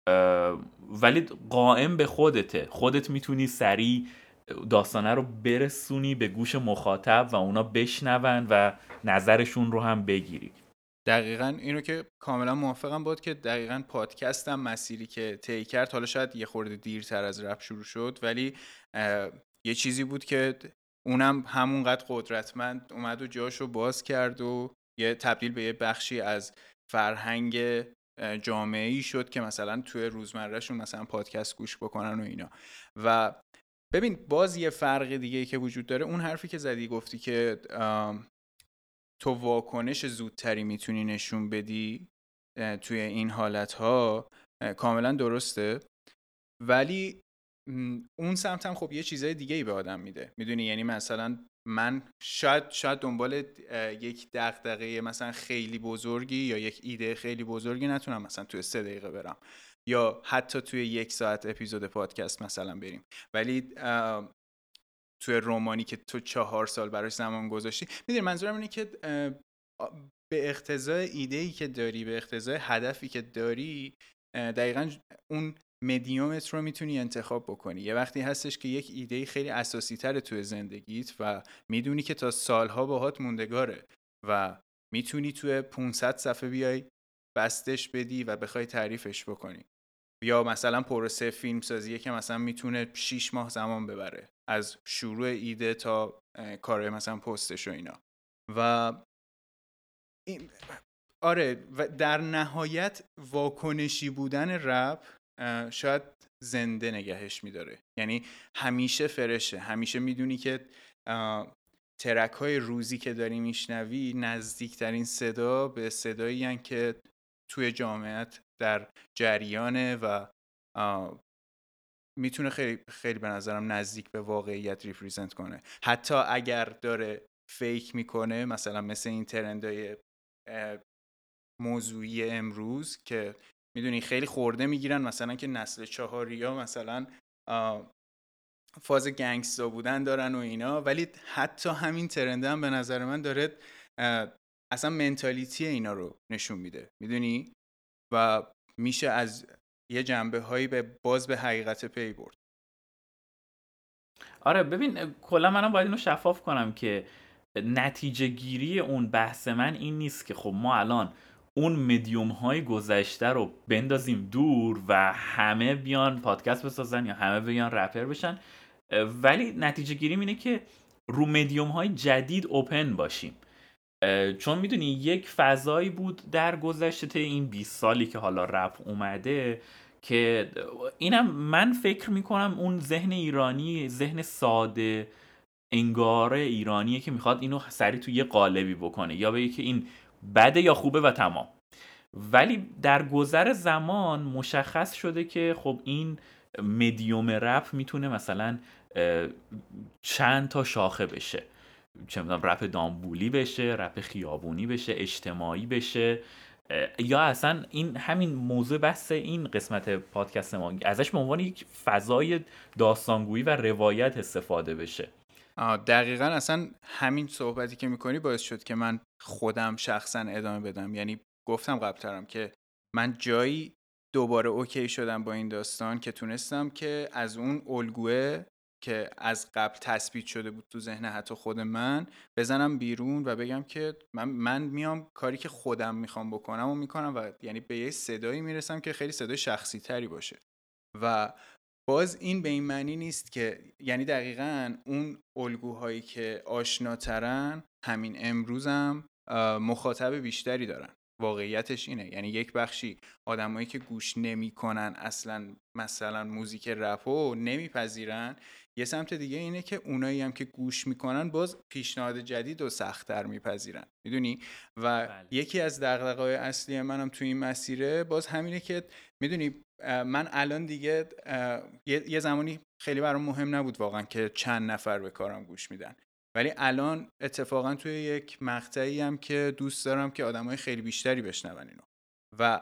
Speaker 1: ولی قائم به خودته، خودت میتونی سریع داستانه رو برسونی به گوش مخاطب و اونا بشنون و نظرشون رو هم بگیری.
Speaker 5: دقیقاً اینو که کاملا موافقم بود که دقیقاً پادکست هم مسیری که طی کرد، حالا شاید یه خورده دیرتر از رپ شروع شد، ولی یه چیزی بود که اونم همونقدر قدرتمند اومد و جاشو باز کرد و یه تبدیل به یه بخشی از فرهنگ جامعه‌ای شد که مثلا توی روزمرهشون مثلا پادکست گوش بکنن و اینا. و ببین باز یه فرق دیگه‌ای که وجود داره، اون حرفی که زدی گفتی که تو واکنش زودتری میتونی نشون بدی توی این حالتها، کاملا درسته، ولی اون سمت هم خب یه چیزای دیگه ای به آدم میده، میدونی؟ یعنی مثلا من شاید شاید دنبال یک دغدغه مثلا خیلی بزرگی یا یک ایده خیلی بزرگی نتونم مثلا توی سه دقیقه برم، یا حتی توی یک ساعت اپیزود پادکست مثلا بریم، ولی توی رومانی که تو چهار سال براش زمان گذاشتی، میدونی منظورم اینه که به اقتضای ایده‌ای که داری، به اقتضای هدفی که داری، دقیقاً اون مدیومت رو میتونی انتخاب بکنی. یه وقتی هستش که یک ایده خیلی اساسی تره توی زندگیت و میدونی که تا سالها باهات موندگاره و میتونی توی پانصد صفحه بیای بستش بدی و بخوای تعریفش بکنی، یا مثلا پروسه فیلم سازیه که مثلا میتونه شیش ماه زمان ببره از شروع ایده تا کار مثلا پستش و اینا. و این آره، و در نهایت واکنشی بودن رپ شاید زنده نگهش میداره، یعنی همیشه فرشه، همیشه میدونی که ترک های روزی که داری میشنوی نزدیکترین صدا به صدایی هن که توی جامعت در جریانه و میتونه خیلی خیلی به نظرم نزدیک به واقعیت ریپریزنت کنه، حتی اگر داره فیک میکنه، مثلا مثل این ترندای موضوعی امروز که میدونی خیلی خورده میگیرن، مثلا که نسل چهاریا مثلا فاز گنگستا بودن دارن و اینا، ولی حتی همین ترند هم به نظر من داره اصلا منتالیتی اینا رو نشون میده، میدونی؟ و میشه از یه جنبه هایی به باز به حقیقت پی برد.
Speaker 1: آره ببین کلا منم باید اینو شفاف کنم که نتیجه گیری اون بحث من این نیست که خب ما الان اون مدیوم های گذشته رو بندازیم دور و همه بیان پادکست بسازن یا همه بیان رپر بشن، ولی نتیجه گیریم اینه که رو مدیوم های جدید اوپن باشیم، چون میدونی یک فضایی بود در گذشته طی این بیست سالی که حالا رپ اومده که اینم من فکر میکنم اون ذهن ایرانی، ذهن ساده انگاره ایرانیه که میخواد اینو سری توی یه قالبی بکنه یا بگه که این بده یا خوبه و تمام. ولی در گذر زمان مشخص شده که خب این مدیوم رپ میتونه مثلا چند تا شاخه بشه، چه میدونم رپ دامبولی بشه، رپ خیابونی بشه، اجتماعی بشه، یا اصلا این همین موضوع بحث این قسمت پادکست ما ازش به عنوان یک فضای داستانگویی و روایت استفاده بشه.
Speaker 5: دقیقاً اصلا همین صحبتی که میکنی باعث شد که من خودم شخصا ادامه بدم. یعنی گفتم قبلترم که من جایی دوباره اوکی شدم با این داستان که تونستم که از اون الگوه که از قبل تثبیت شده بود تو ذهن حتی خود من بزنم بیرون و بگم که من من میام کاری که خودم میخوام بکنم و میکنم و یعنی به یه صدایی میرسم که خیلی صدای شخصی تری باشه. و باز این به این معنی نیست که یعنی دقیقاً اون الگوهایی که آشناترن همین امروزم مخاطب بیشتری دارن. واقعیتش اینه، یعنی یک بخشی آدمایی که گوش نمی‌کنن اصلاً مثلا موزیک رپو نمیپذیرن، یه سمت دیگه اینه که اونایی هم که گوش میکنن باز پیشنهاد جدید و سخت‌تر میپذیرن، میدونی؟ و بله. یکی از دغدغه‌های اصلی منم تو این مسیره باز همینه که میدونی من الان دیگه یه زمانی خیلی برام مهم نبود واقعا که چند نفر به کارم گوش میدن، ولی الان اتفاقا توی یک مقطعی هم که دوست دارم که آدمای خیلی بیشتری بشنون اینو و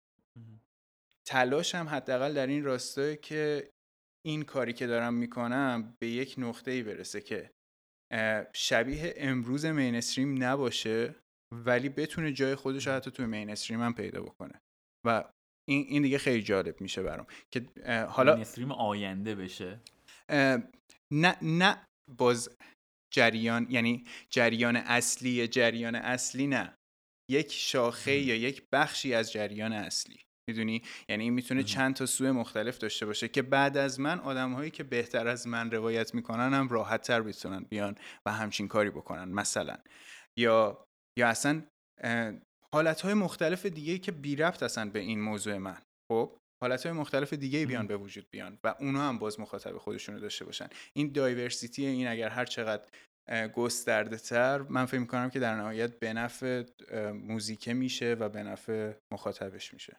Speaker 5: تلاشم حداقل در این راستایی که این کاری که دارم میکنم به یک نقطه‌ای برسه که شبیه امروز مینستریم نباشه ولی بتونه جای خودش رو حتی توی مینستریم هم پیدا بکنه و این این دیگه خیلی جالب میشه برام که حالا
Speaker 1: مینستریم آینده بشه.
Speaker 5: نه نه باز جریان، یعنی جریان اصلی جریان اصلی نه، یک شاخه یا یک بخشی از جریان اصلی. میدونی؟ یعنی این میتونه چند تا سوی مختلف داشته باشه که بعد از من آدم‌هایی که بهتر از من روایت میکنن هم راحت‌تر بتونن بیان و همچین کاری بکنن مثلا. یا یا اصلا حالت‌های مختلف دیگه‌ای که بی ربط هستن به این موضوع من. خب حالت‌های مختلف دیگه‌ای بیان به وجود بیان و اونا هم باز مخاطب خودشونو داشته باشن. این دایورسیتی این اگر هر چقدر گسترده تر، من فکر می‌کنم که در نهایت به نفع موزیک میشه و به نفع مخاطبش میشه.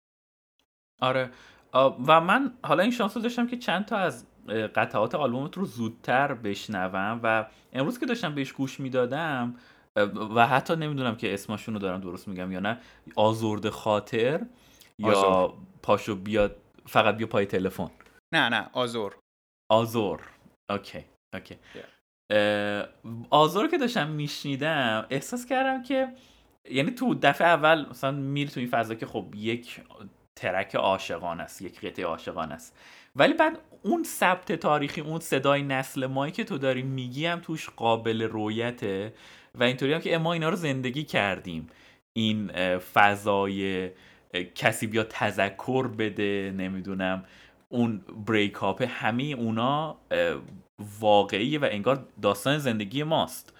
Speaker 1: آره و من حالا این شانس رو داشتم که چند تا از قطعات آلبومت رو زودتر بشنوم و امروز که داشتم بهش گوش میدادم و حتی نمیدونم که اسمشون رو دارم درست میگم یا نه، آزرده خاطر یا آزور. پاشو بیاد فقط بیا پای تلفن.
Speaker 5: نه نه آزور
Speaker 1: آزور اوکی اوکی yeah. آزور که داشتم میشنیدم احساس کردم که یعنی تو دفعه اول مثلا میری تو این فضا که خب یک ترک عاشقانه است، یک قطعه عاشقانه است، ولی بعد اون ثبت تاریخی، اون صدای نسل مایی که تو داری میگی هم توش قابل رویته و اینطوری هم که ما اینا رو زندگی کردیم. این فضای کسی بیا تذکر بده، نمیدونم اون بریک آپ، همه اونا واقعیه و انگار داستان زندگی ماست.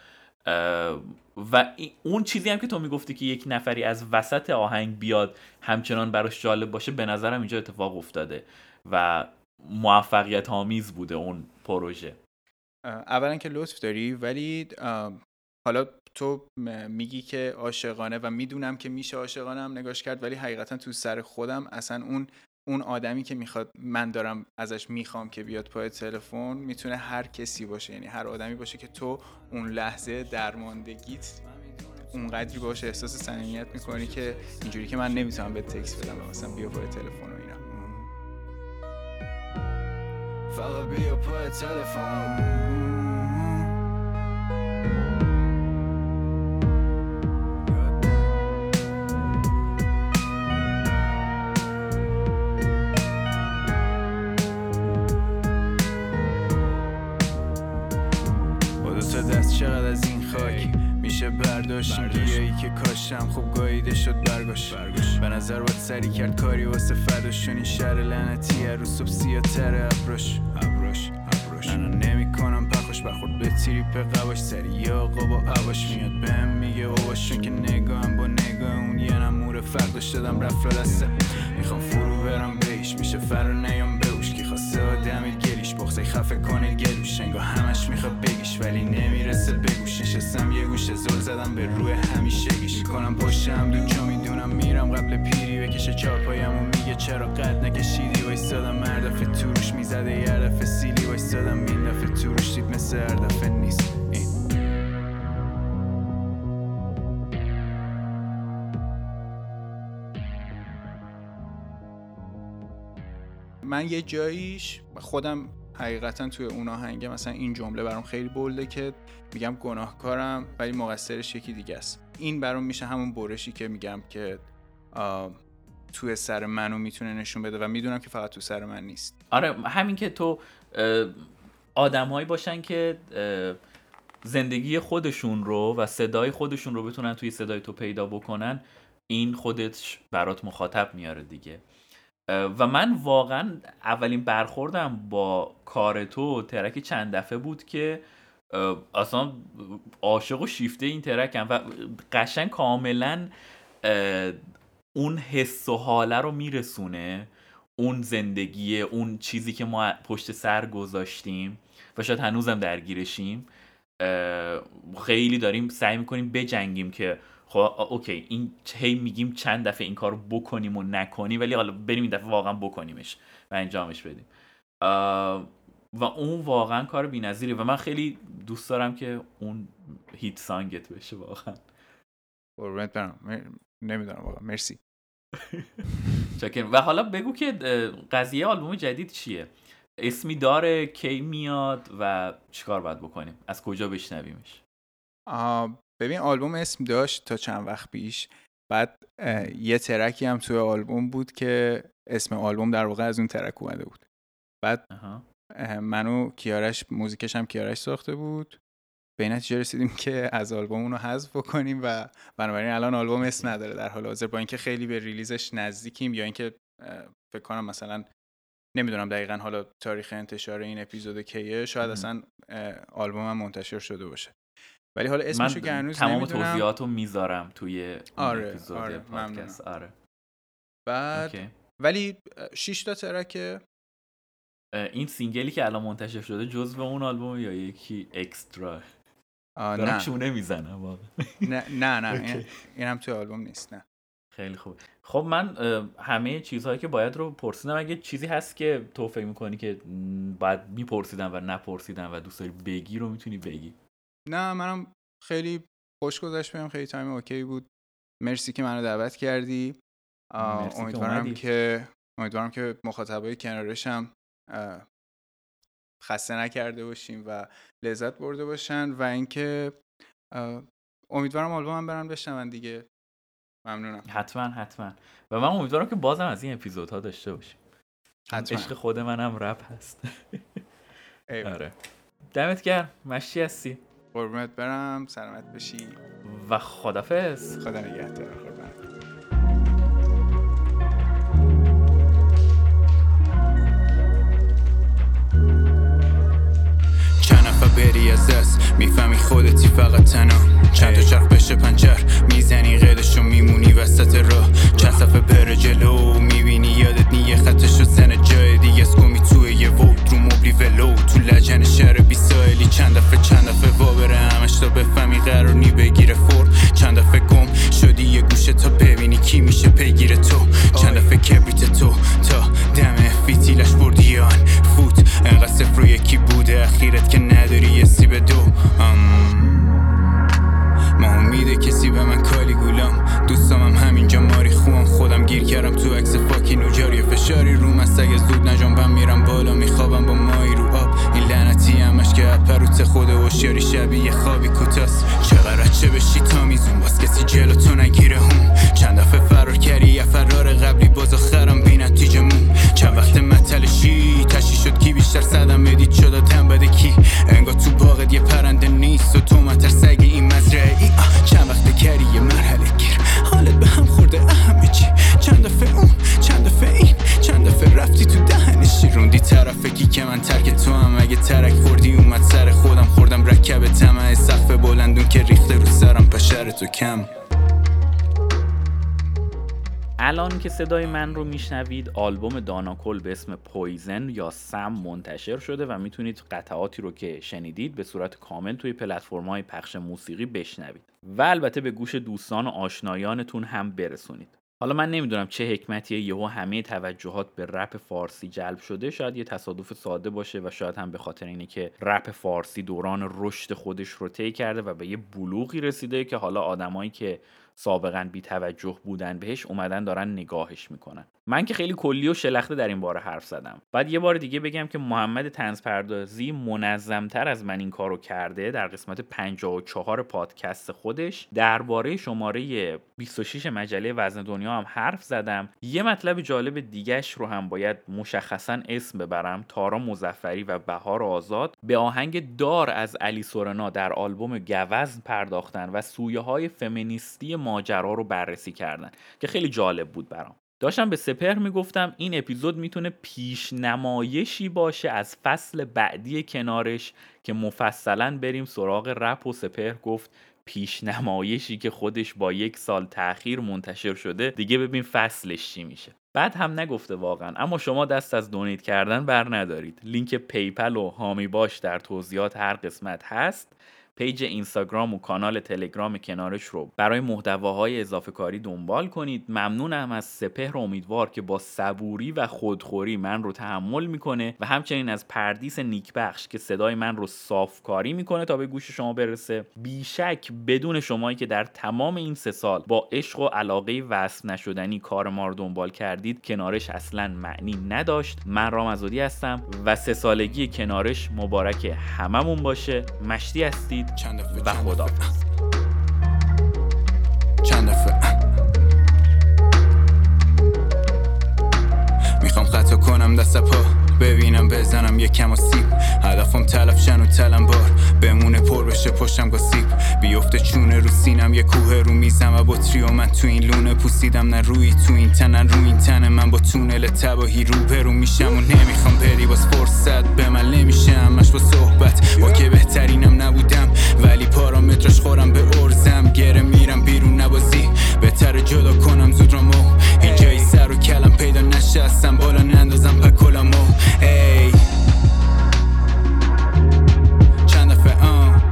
Speaker 1: و اون چیزی هم که تو میگفتی که یک نفری از وسط آهنگ بیاد همچنان براش جالب باشه، به نظرم اینجا اتفاق افتاده و موفقیت آمیز بوده اون پروژه.
Speaker 5: اولا که لطف داری، ولی حالا تو میگی که عاشقانه و میدونم که میشه عاشقانه هم نگاش کرد، ولی حقیقتا تو سر خودم اصلا اون اون آدمی که میخواد، من دارم ازش میخوام که بیاد پای تلفن، میتونه هر کسی باشه، یعنی هر آدمی باشه که تو اون لحظه درماندگیت اونقدری باشه احساس صمیمیت میکنی که اینجوری که من نمیتونم به تکست بدم مثلا بیا پای تلفن و اینا. فقط بیا پای تلفن. چقدر از این خاک میشه برداشتیم، گیاهی که کاشتم خوب گاییده شد برگاش. به نظر باید سری کرد کاری واسه فرداش، چون این شهر لعنتیه رو صبح سیاتر ابروش ابروش ابروش نه نه نمی کنم پخوش برخورد به تریپ قواش، سری آقا با عواش میاد بهم میگه باباش، چون که نگاهم با نگاه اون یه نمور فرق داشت دادم رفت را دسته، میخوام فرو برم بهش میشه فرو نیام بهوش، کی خواسته آدمی گلیش بخصه خفه کنه گلوش، انگاه همش میخواد بگیش ولی نمیرسه بگوش، نشستم یه گوشه زل زدم به روی همیشگیش، میکنم پشتم دو چون میدونم میرم قبل پیری بکشه چارپایم و میگه چرا قد نکشیدی، وایستادم مردفه تو روش میزده یه دفعه سیلی، وایستادم این دفعه تو روش دید مثل هر دفعه نیست. من یه جاییش خودم حقیقتا توی اون آهنگه مثلا این جمله برام خیلی بولده که میگم گناهکارم ولی مقصرش یکی دیگه است. این برام میشه همون برشی که میگم که توی سر منو میتونه نشون بده و میدونم که فقط تو سر من نیست.
Speaker 1: آره همین که تو آدم‌هایی باشن که زندگی خودشون رو و صدای خودشون رو بتونن توی صدای تو پیدا بکنن، این خودت برات مخاطب میاره دیگه. و من واقعا اولین برخوردم با کار تو ترک چند دفعه بود که اصلا عاشق و شیفته این ترکم و قشنگ کاملا اون حس و حاله رو میرسونه، اون زندگی، اون چیزی که ما پشت سر گذاشتیم و شاید هنوزم درگیرشیم. خیلی داریم سعی میکنیم بجنگیم که خب اوکی این هی میگیم چند دفعه این کارو بکنیم و نکنیم، ولی حالا بریم این دفعه واقعا بکنیمش و انجامش بدیم و اون واقعا کار بی‌نظیره و من خیلی دوست دارم که اون هیت سانگت بشه واقعا.
Speaker 5: قربونت برم. نمیدونم واقعا. مرسی.
Speaker 1: چکر. و حالا بگو که قضیه آلبوم جدید چیه؟ اسمی داره، کی میاد و چیکار باید بکنیم؟ از کجا بشنویمش؟
Speaker 5: ببین آلبوم اسم داشت تا چند وقت پیش، بعد یه ترکی هم توی آلبوم بود که اسم آلبوم در واقع از اون ترک اومده بود. بعد منو کیارش، موزیکش هم کیارش ساخته بود، به این نتیجه رسیدیم که از آلبوم رو حذف بکنیم و بنابراین الان آلبوم اسم نداره در حال حاضر، با اینکه خیلی به ریلیزش نزدیکیم، یا اینکه فکر کنم مثلا نمیدونم دقیقاً حالا تاریخ انتشار این اپیزود کیه، شاید ام. اصلا آلبومم منتشر شده باشه، ولی حالا اسمشو که هنوز
Speaker 1: تمام
Speaker 5: نمیدونم.
Speaker 1: توضیحاتو میذارم توی
Speaker 5: آره،
Speaker 1: اپیزود
Speaker 5: آره،
Speaker 1: پادکست. آره.
Speaker 5: بعد اوکی. ولی شش تا ترک
Speaker 1: این سینگلی که الان منتشر شده جزو اون آلبوم یا یکی اکسترا؟
Speaker 5: دارم
Speaker 1: شونه میزنم واقعا.
Speaker 5: نه نه نه این, این هم توی آلبوم نیست. نه
Speaker 1: خیلی خوب. خب من همه چیزهایی که باید رو پرسیدم. اگه چیزی هست که تو فکر میکنی که باید میپرسیدم و نپرسیدم و دوست داری بگی رو میتونی بگی.
Speaker 5: نه منم خیلی خوش گذشت بهم، خیلی تایم اوکی بود. مرسی که منو دعوت کردی. امیدوارم که امیدوارم که مخاطبای کنارشم خسته نکرده باشیم و لذت برده باشن و اینکه امیدوارم آلبومم برن بشنون دیگه. ممنونم.
Speaker 1: حتما حتما. و من امیدوارم که بازم از این اپیزودها داشته باشیم.
Speaker 5: حتما.
Speaker 1: عشق خود منم رپ هست. آره. دمت گرم. مشی هستی.
Speaker 5: قربونت برم. سلامت باشی.
Speaker 1: و خدافظ.
Speaker 5: خدا نگهدار. قربونت.
Speaker 6: بری از دست میفهمی خودتی فقط تنها، چند تا چرخ بشه پنچر میزنی قیدشو میمونی وسط راه، چند صفحه بره جلو میبینی یادت نیه خطشو زنه جای دیگه اسکومی توی یه وود رو مبلی ولو تو لجن شهر بی سایلی، چند دفعه چند دفعه وابره همش تا بفهمی قرار نی بگیره فور، چند دفعه گم شدی یه گوشه تا ببینی کی میشه پیگیر تو، چند دفعه کبریت تو تا دم فیتیلش بردیان فوت انقدر صفر رو یکی بوده اخیرت که نداری یه سیب دو. ما امیده کسی به من کالی گولم، دوستامم همینجا ماری خوام، خودم گیر کردم تو عکس فاکی نوجاری، فشاری روم است اگه زود نجنبم میرم بالا میخوابم با مایی رو آب، این لعنتی همش که پروت خود هوشیاری شبیه خوابی کوتاست، چقدر چه بشی تا میزون باز کسی جلو تو نگیره هم، چند دفعه فرار کردی یه فرار قبلی باز آخرم بی نتیجه مون، چند وقت متلشی تشی شد کی بیشتر صدم بدید شد آدم بده کی، انگار تو باغت یه پرنده نیست و تو متر سگ این مزرعه ای، چند وقت کردی یه مرحله گیر حالت به هم خورده همه چی، چند دفعه اون چند دفعه این چند دفعه رفتی تو دهنشی روندی طرفه کی که من ترک تو هم اگه ترک خوردی اومد سر خودم خوردم رکب طمع سقف بلندون که ریخته رو سرم پشر تو کم.
Speaker 1: الان که صدای من رو میشنوید آلبوم داناکل به اسم پویزن یا سم منتشر شده و میتونید قطعاتی رو که شنیدید به صورت کامل توی پلتفرم‌های پخش موسیقی بشنوید و البته به گوش دوستان و آشنایانتون هم برسونید. حالا من نمیدونم چه حکمتیه یهو همه توجهات به رپ فارسی جلب شده، شاید یه تصادف ساده باشه و شاید هم به خاطر اینه که رپ فارسی دوران رشد خودش رو طی کرده و به یه بلوغی رسیده که حالا آدمایی که سابقاً بی توجه بودن بهش اومدن دارن نگاهش میکنن. من که خیلی کلی و شلخته در این باره حرف زدم. بعد یه بار دیگه بگم که محمد طنزپردازی منظم‌تر از من این کارو کرده. در قسمت پنجاه و چهار پادکست خودش درباره شماره بیست و شش مجله وزن دنیا هم حرف زدم. یه مطلب جالب دیگه‌اش رو هم باید مشخصاً اسم ببرم. تارا مظفری و بهار آزاد به آهنگ دار از علی سورنا در آلبوم گوزن پرداختن و سویه‌های فمینیستی ماجرا رو بررسی کردن که خیلی جالب بود برام. داشتم به سپهر میگفتم این اپیزود میتونه پیش نمایشی باشه از فصل بعدی کنارش که مفصلا بریم سراغ رپ و سپهر گفت پیش نمایشی که خودش با یک سال تأخیر منتشر شده دیگه ببین فصلش چی میشه. بعد هم نگفته واقعا، اما شما دست از دونیت کردن بر ندارید. لینک پیپل و هامی باش در توضیحات هر قسمت هست. پیج اینستاگرام و کانال تلگرام کنارش رو برای محتواهای اضافه کاری دنبال کنید. ممنونم از سپهر، امیدوار که با صبوری و خودخوری من رو تحمل میکنه و همچنین از پردیس نیکبخش که صدای من رو صافکاری میکنه تا به گوش شما برسه. بیشک بدون شمایی که در تمام این سه سال با عشق و علاقه وصف نشدنی کار ما رو دنبال کردید کنارش اصلا معنی نداشت. من رام عزادی هستم و سه سالگی کنارش مبارک هممون باشه. مشتی هستید و خدا.
Speaker 6: چند دفعه میخوام خطا کنم دست پا ببینم بزنم یکم آسیب، هدفم تلف شن و تلم بار بمونه پر بشه پشتم گاسیب، بیفته چونه رو سینم یه کوه رو میزم و بطری و من تو این لونه پوسیدم، نه روی تو این تن نه روی این تن من با تونل تباهی رو برو میشم و نمیخوام بری باز فرصت به من نمیشه همش با صحبت با که بهترینم نبودم ولی پارامترش خورم به ارزم، گره میرم بیرون نبازی بهتر جدا کنم زود رامو، هیچ جایی سر و کلم پیدا نشستم بالا نندازم پکلمو. ای چند دفعه آن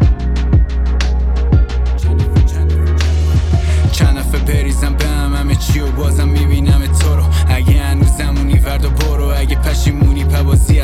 Speaker 6: چند دفعه بریزم به هم همه چی و بازم میبینم تو رو، اگه هنوز زمونی ورد و برو، اگه پشیمونی پبازی